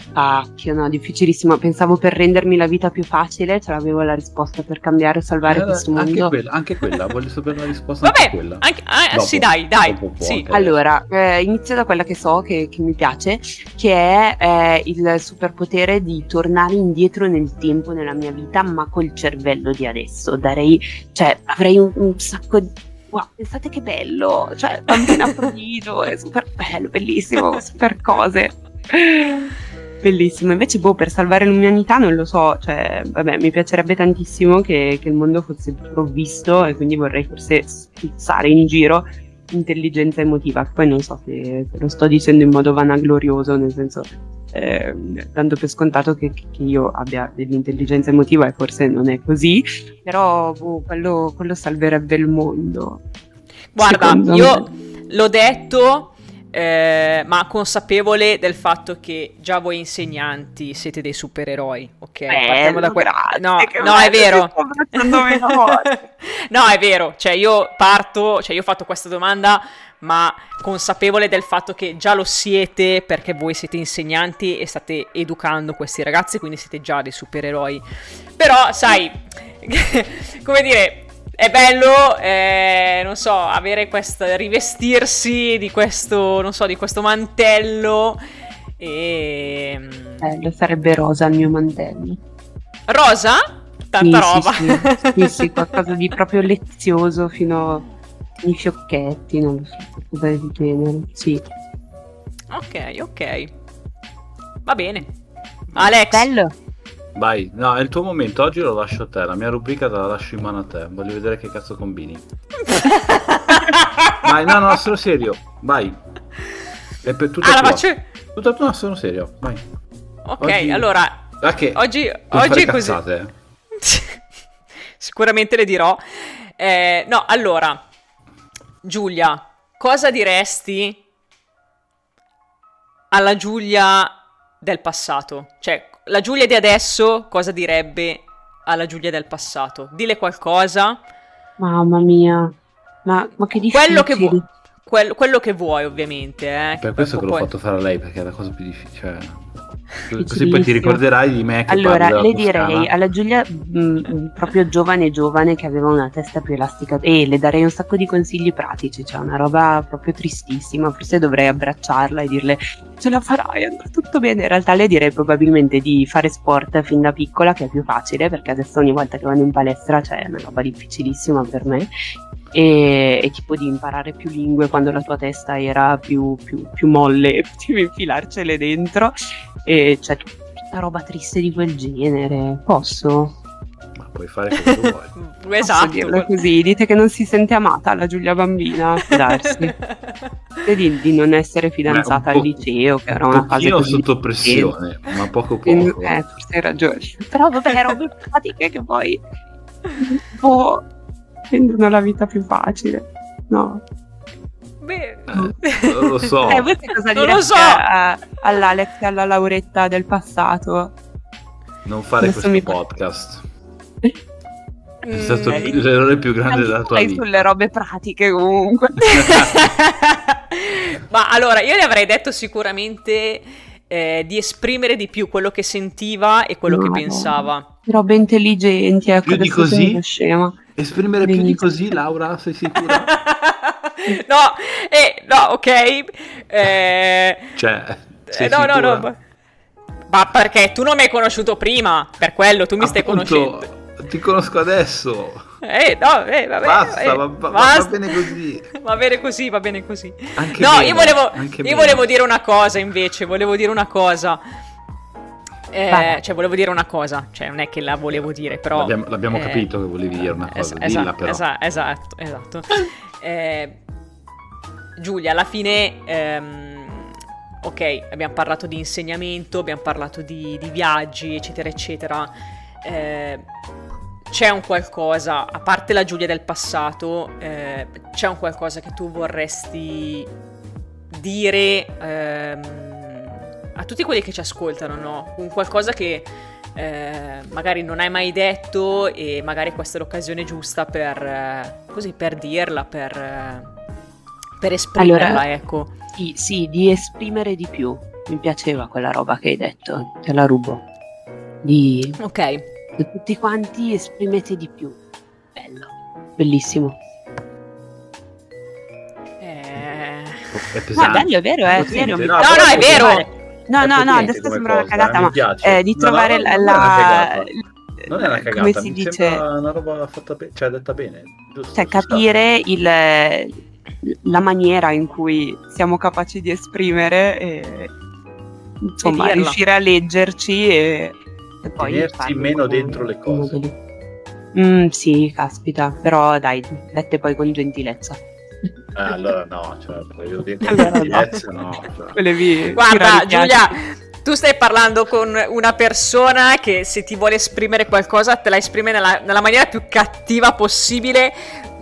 Cacchio, no, difficilissimo. Pensavo per rendermi la vita più facile, ce l'avevo la risposta per cambiare o salvare Eh, questo anche, mondo. quella, anche quella, voglio sapere la risposta anche Vabbè, quella. anche, ah, Dopo, sì, dai, dai. dopo può Sì. anche- Allora, eh, inizio da quella che so, che, che mi piace, che è eh, il superpotere di tornare indietro nel tempo nella mia vita, ma col cervello di adesso. Darei, cioè, avrei un, un sacco di... Wow, pensate che bello! Cioè, bambina prodigio, è super bello, bellissimo, super cose. Bellissimo. Invece, boh, per salvare l'umanità non lo so, cioè, vabbè, mi piacerebbe tantissimo che, che il mondo fosse provvisto e quindi vorrei forse spizzare in giro intelligenza emotiva. Poi non so se, se lo sto dicendo in modo vanaglorioso, nel senso, eh, dando per scontato che, che io abbia dell'intelligenza emotiva e forse non è così, però boh, quello, quello salverebbe il mondo. Guarda, Secondo io me. l'ho detto, eh, ma consapevole del fatto che già voi insegnanti siete dei supereroi, ok? Partiamo da que- grazie, no, che no, è bello, vero. ti sto abbracciando veloce. No, è vero, cioè io parto, cioè io ho fatto questa domanda, ma consapevole del fatto che già lo siete perché voi siete insegnanti e state educando questi ragazzi, quindi siete già dei supereroi. Però, sai, come dire, è bello, eh, non so, avere questo, rivestirsi di questo, non so, di questo mantello e... Bello, sarebbe rosa il mio mantello. Rosa? Tanta Sì, roba. sì, sì, sì, sì, qualcosa di proprio lezioso fino ai fiocchetti, non lo so, qualcosa del genere, sì. Ok, ok. Va bene. Alex. Bello. Vai, no, è il tuo momento, oggi lo lascio a te, la mia rubrica te la lascio in mano a te, voglio vedere che cazzo combini. Vai, no, no, sono serio, vai. È per tutta Ah, la tua. faccio... Tutta tua, sono serio, vai. Ok, Oggi- allora... Ah, che? Oggi, Non oggi fare è così. cazzate, eh. Sicuramente le dirò. Eh, no, allora, Giulia, cosa diresti alla Giulia del passato? Cioè, la Giulia di adesso cosa direbbe alla Giulia del passato? Dile qualcosa. Mamma mia, ma, ma che difficile. Quello che vuoi. Quello, quello che vuoi, ovviamente. Eh. Per questo che l'ho Poi- fatto fare a lei, perché è la cosa più difficile. Cioè... Così poi ti Difficilissimo. ricorderai di me che Allora, parlo della le Toscana. direi alla Giulia mh, proprio giovane giovane che aveva una testa più elastica e le darei un sacco di consigli pratici, cioè una roba proprio tristissima, forse dovrei abbracciarla e dirle ce la farai, andrà tutto bene. In realtà le direi probabilmente di fare sport fin da piccola, che è più facile perché adesso ogni volta che vado in palestra c'è una roba difficilissima per me. E, e tipo di imparare più lingue quando la tua testa era più, più, più molle e potevi infilarcele dentro, e c'è tutta roba triste di quel genere. Posso? Ma puoi fare quello che vuoi. Esatto. Posso dirlo così? Dite che non si sente amata la Giulia bambina? Può darsi. E di, di non essere fidanzata Beh, un al po'- liceo, che era Un una fase pochino così sotto pressione, ma poco poco. Eh, forse hai ragione. Però vabbè, robe pratiche che poi un po' rendono la vita più facile. No. Beh, Eh, non lo so. Eh, voi che cosa Non lo direste so. a- all'Alex e alla Lauretta del passato? Non fare Adesso questo mi- podcast. È mm, stato eh, l'errore più grande della tua Vai vita. sulle robe pratiche comunque. Ma allora, io le avrei detto sicuramente eh, di esprimere di più quello che sentiva e quello che Madonna. pensava. Robe intelligenti, ecco, Più di adesso così? sono scema. Esprimere più di Benissimo. così, Laura, sei sicura? No, eh, no, ok. Eh, Cioè, sei eh, no, no, sicura? no. Ma, ma perché tu non mi hai conosciuto prima? Per quello tu mi stai Appunto, conoscendo. Ti conosco adesso. Eh, no, eh, vabbè, Basta, eh, va, va- va basta. bene così. Va bene così, va bene così. Anche no, meno, io volevo, anche io meno. volevo dire una cosa invece, volevo dire una cosa. Eh, Vai. cioè, volevo dire una cosa, cioè non è che la volevo dire, però... L'abbiamo, l'abbiamo eh, capito che volevi dire una cosa, es- dilla esa- però. esa- esatto, esatto. Eh, Giulia, alla fine... ehm, ok, abbiamo parlato di insegnamento, abbiamo parlato di, di viaggi, eccetera, eccetera. Eh, c'è un qualcosa, a parte la Giulia del passato, eh, c'è un qualcosa che tu vorresti dire ehm, a tutti quelli che ci ascoltano, no? Un qualcosa che eh, magari non hai mai detto e magari questa è l'occasione giusta per, eh, così, per dirla, per, eh, per esprimerla, Allora, ecco. Sì, sì, di esprimere di più. mi piaceva quella roba che hai detto, te la rubo. Di Ok. tutti quanti esprimete di più. Bello, bellissimo. Eh... È Ma pesante. bello, è vero, è Potente, serio. mi- no, No, però no, è vero. potente. No, È no, no, potente adesso come sembra una cosa, cagata, mi ma piace. eh, di No, no, trovare no, la, non è una la- cagata. Non è una cagata, come si mi dice, sembra una roba fatta bene, cioè detta bene, giusto? cioè ci sta. capire il, la maniera in cui siamo capaci di esprimere e insomma E dirla. riuscire a leggerci e, e poi Tenersi farlo meno con- dentro le con cose. modo di- Mm, sì, caspita, però dai, dette poi con gentilezza. Eh, allora no, cioè, voglio dire, Allora no. gentilezza, no, cioè. Volevi Guarda, tirare i piatti. Giulia, tu stai parlando con una persona che se ti vuole esprimere qualcosa te la esprime nella, nella maniera più cattiva possibile.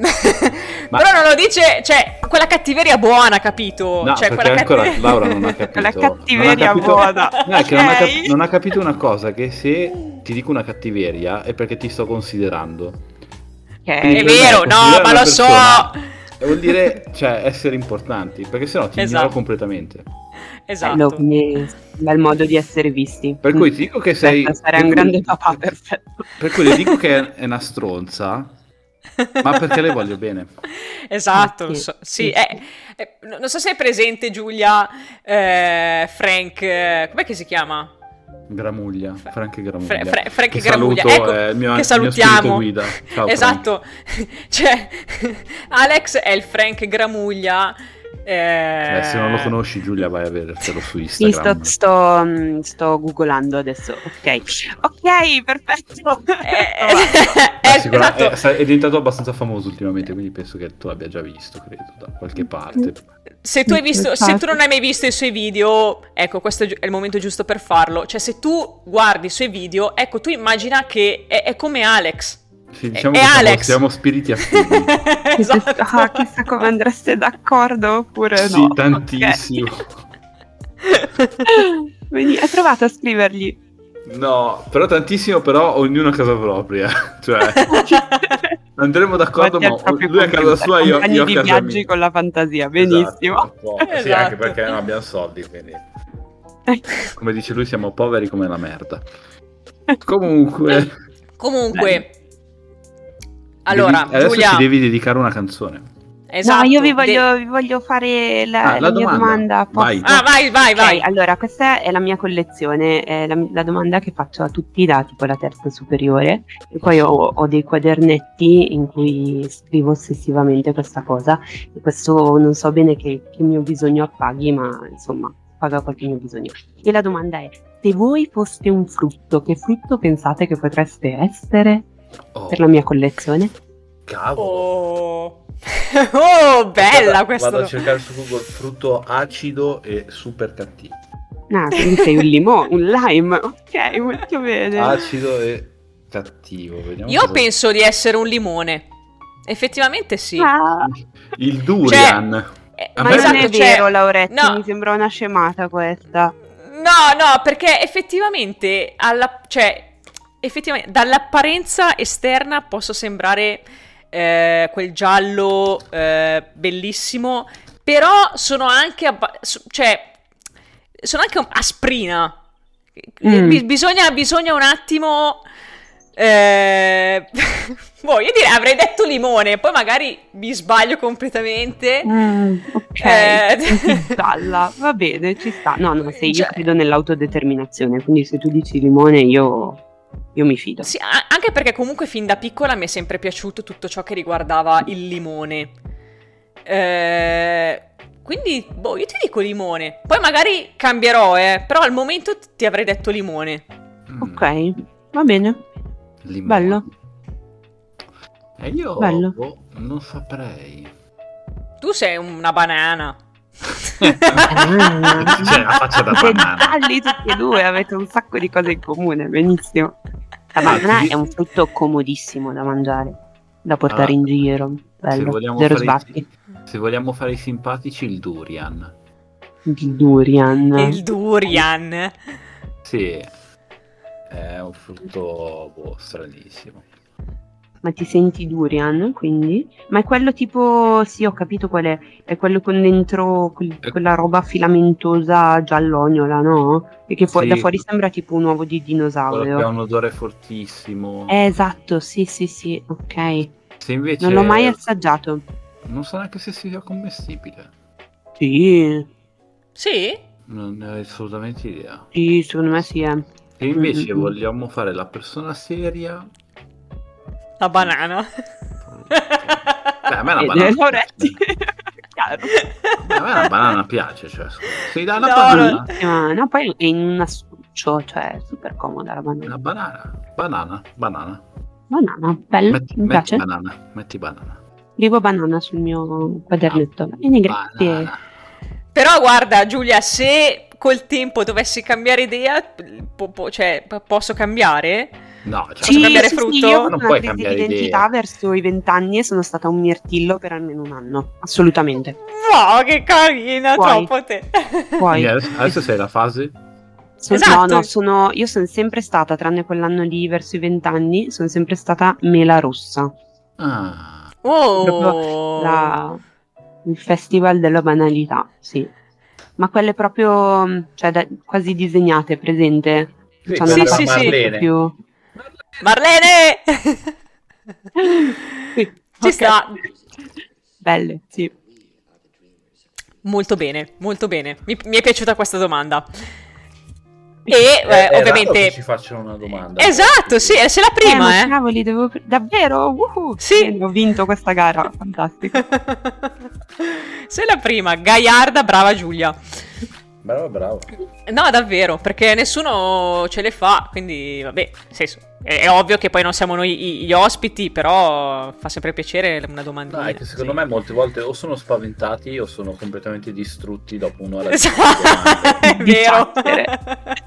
Ma- Però non lo dice, cioè, quella cattiveria buona, capito? No, cioè, perché quella ancora cattiveria- Laura non ha capito. Quella non ha cattiveria capito- buona. No, è che non, ha Ok? cap- non ha capito una cosa, che se ti dico una cattiveria è perché ti sto considerando. Ok. Quindi È per me vero, no, considerare ma una lo so. persona vuol dire, cioè, essere importanti, perché sennò ti Esatto. ignoro completamente. Esatto. Bello, quindi un bel modo di essere visti. Per cui ti dico che sei... Aspetta, sarei un per cui- grande papà, perfetto. Per cui le dico che è una stronza, ma perché le voglio bene. Esatto, Ah, lo sì, so- sì, sì, eh, eh, non so se è presente Giulia, eh, Frank, eh, com'è che si chiama? Gramuglia, Frank Gramuglia. Fre- Fre- Frank Che Gramuglia, saluto, ecco, è il mio, che il mio salutiamo. spirito guida. Ciao, Frank. Esatto, cioè Alex è il Frank Gramuglia. eh, Beh, se non lo conosci, Giulia, vai a vedertelo su Sì, sto, Instagram. sto, mm, sto googolando adesso. Ok, ok, perfetto. eh, Eh, eh, sicura- esatto. è, sa- è diventato abbastanza famoso ultimamente, quindi penso che tu l'abbia già visto, credo, da qualche parte. Se tu, hai visto, se tu non hai mai visto i suoi video, ecco, questo è gi- è il momento giusto per farlo. Cioè, se tu guardi i suoi video, ecco, tu immagina che è, è come Alex. Sì, diciamo È che siamo, Alex. siamo spiriti affini. Esatto. Ah, chissà come andreste d'accordo oppure Sì, no. tantissimo. Ok. Vedi, hai provato a scrivergli. No, però tantissimo, però ognuno a casa propria. Cioè, andremo d'accordo, Guardi al ma proprio lui a casa computer, sua, io, compagni io a di casa viaggi mia. con la fantasia, benissimo. Esatto, un po'. Sì, Esatto. anche perché non abbiamo soldi, quindi come dice lui siamo poveri come la merda. Comunque, Comunque, allora, devi- adesso Giulia, ci devi dedicare una canzone. esatto, no, io vi de- voglio, vi voglio fare la, Ah, la la mia domanda. domanda. Vai. posso? Ah, vai, vai, Ok, vai. allora questa è la mia collezione, è la, la domanda che faccio a tutti da tipo la terza superiore e poi ho, ho dei quadernetti in cui scrivo ossessivamente questa cosa e questo non so bene che, che mio bisogno appaghi, ma insomma paga qualche mio bisogno. E la domanda è, se voi foste un frutto, che frutto pensate che potreste essere Oh, per la mia collezione? cavolo. Oh, oh bella Vado- questa. Vado a cercare su Google frutto acido e super cattivo. Ah, quindi sei un limone, un lime, ok, molto bene. Acido e cattivo. Vediamo Io cosa- penso di essere un limone. Effettivamente sì. Ah, il durian. Eh, A ma me- non è esatto, cioè- vero, Lauretti, no. mi sembra una scemata questa. No, no, perché effettivamente alla, cioè, effettivamente dall'apparenza esterna posso sembrare eh, quel giallo eh, bellissimo, però sono anche abba- so- cioè sono anche un- asprina. Mm. Bi- bisogna, bisogna un attimo eh, boh, io direi avrei detto limone, poi magari mi sbaglio completamente. Mm, ok, Eh. senti gialla, va bene, ci sta. No, no, se io Cioè- credo nell'autodeterminazione, quindi se tu dici limone io, io mi fido. Sì, a- anche perché comunque fin da piccola mi è sempre piaciuto tutto ciò che riguardava il limone. Eh, quindi, boh, io ti dico limone. Poi magari cambierò, eh, però al momento t- ti avrei detto limone. Mm, Ok, va bene, limone. bello. E io Bello. boh, non saprei. Tu sei una banana. Ah. C'è la faccia da Siete banana. gialli tutti e due, avete un sacco di cose in comune, benissimo. La Ah, banana ti- è un frutto comodissimo da mangiare, da portare Ah, in giro, Se bello, vogliamo, zero fare sbatti. i, se vogliamo fare i simpatici, il durian. Il durian. Il durian. Sì, è un frutto boh, stranissimo. Ma ti senti durian, quindi? Ma è quello tipo, sì, ho capito qual è, è quello con dentro quel- quella roba filamentosa giallognola, no? E che fu- Sì. da fuori sembra tipo un uovo di Quello che ha dinosaurio. un odore fortissimo. Eh, esatto, sì, sì, sì, ok. Se invece Non l'ho mai assaggiato. non so neanche se sia commestibile. Sì, Sì? Non ne ho assolutamente idea. sì, secondo me sì, eh. Se invece Mm-mm. vogliamo fare la persona seria, La banana. beh, a me la Eh, banana Lauretti. Chiaro. a me la banana piace, cioè, scusa. Se gli dai una No, banana, Ah, no, poi è in un astuccio, cioè è super comoda la banana. una banana, banana, banana. Banana, bella, Metti, mi metti piace. banana, metti banana. Scrivo banana sul mio quadernetto. Bene, grazie. Banana. Però guarda Giulia, se col tempo dovessi cambiare idea, po- po- cioè p- posso cambiare? No, cioè, Posso cambiare sì, frutto? sì, io ho Non avuto una puoi crisi di cambiare identità idea. verso i vent'anni e sono stata un mirtillo per almeno un anno. Assolutamente. Wow, che carina, Puoi. troppo te. Quindi Poi, adesso, adesso sei la fase? so- Esatto. no, no, sono, io sono sempre stata, tranne quell'anno lì verso i vent'anni, sono sempre stata mela rossa. Ah, Oh. La- il festival della banalità, sì. Ma quelle proprio, cioè, da- quasi disegnate, presente? Sì, C'hanno sì, la sì, parte sì. Marlene. più... Marlene! Sì, Ci ok. sta. Belle, sì. Molto bene, molto bene. Mi, mi è piaciuta questa domanda. E È- eh, è raro ovviamente... che ci facciano una domanda. Esatto, sì, è se la Eh, prima, ma eh. cavoli, devo... Davvero? Uhu! Sì. Bene, ho vinto questa gara, fantastico. Sei la prima, gaiarda, brava Giulia. Bravo, bravo. No, davvero, perché nessuno ce le fa, quindi vabbè, nel senso, è, è ovvio che poi non siamo noi i- gli ospiti, però fa sempre piacere una domandina. No, è che secondo sì. me molte volte o sono spaventati o sono completamente distrutti dopo un'ora di Esatto, domande. è Di vero. chattere.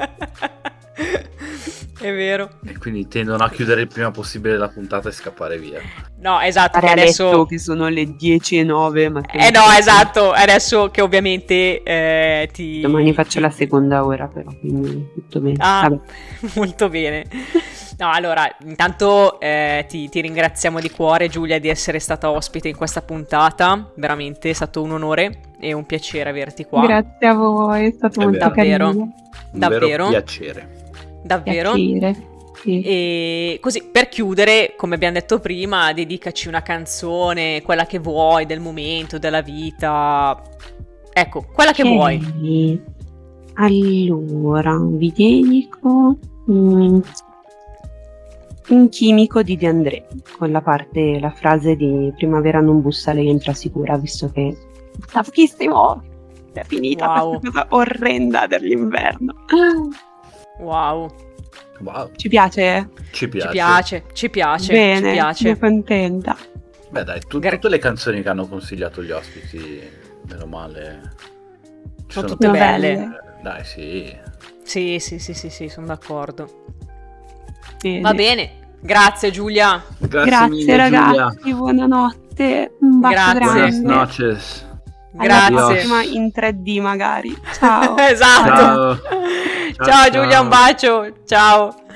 È vero. E quindi tendono a chiudere il prima possibile la puntata e scappare via. No, esatto, Stare che a adesso... letto che sono le dieci e nove, ma... Eh no, esatto, adesso che ovviamente eh, ti... Domani faccio la seconda ora, però, quindi tutto bene. Ah, Vabbè. molto bene. No, allora, intanto eh, ti, ti ringraziamo di cuore, Giulia, di essere stata ospite in questa puntata. Veramente è stato un onore e un piacere averti qua. Grazie a voi, è stato È molto vero. Davvero. carino. Un Davvero? vero piacere. Davvero. Piacere. Sì. E così, per chiudere, come abbiamo detto prima, dedicaci una canzone, quella che vuoi, del momento, della vita. Ecco, quella che Ok. vuoi. Allora, vi dedico mm, un chimico di De André, con la parte, la frase di primavera non bussa, lei entra sicura, visto che sta pochissimo, è finita Wow. questa cosa orrenda dell'inverno. Wow, Wow, Ci piace? ci piace. ci piace, ci piace, Bene, ci piace. sono contenta. Beh dai, tu- Gar- tutte le canzoni che hanno consigliato gli ospiti, meno male. Ci Sono sono tutte Novelle. belle. Eh, Dai, sì. Sì, sì, sì, sì, sì, sono d'accordo. Bene. Va bene, grazie Giulia. Grazie, Grazie mille, ragazzi, Giulia. buonanotte, un bacio Grazie. Buenas grande. noches. Alla Grazie. prossima in tre D magari. Ciao. Esatto. Ciao. Ciao, Ciao, Giulia, ciao. un bacio. Ciao.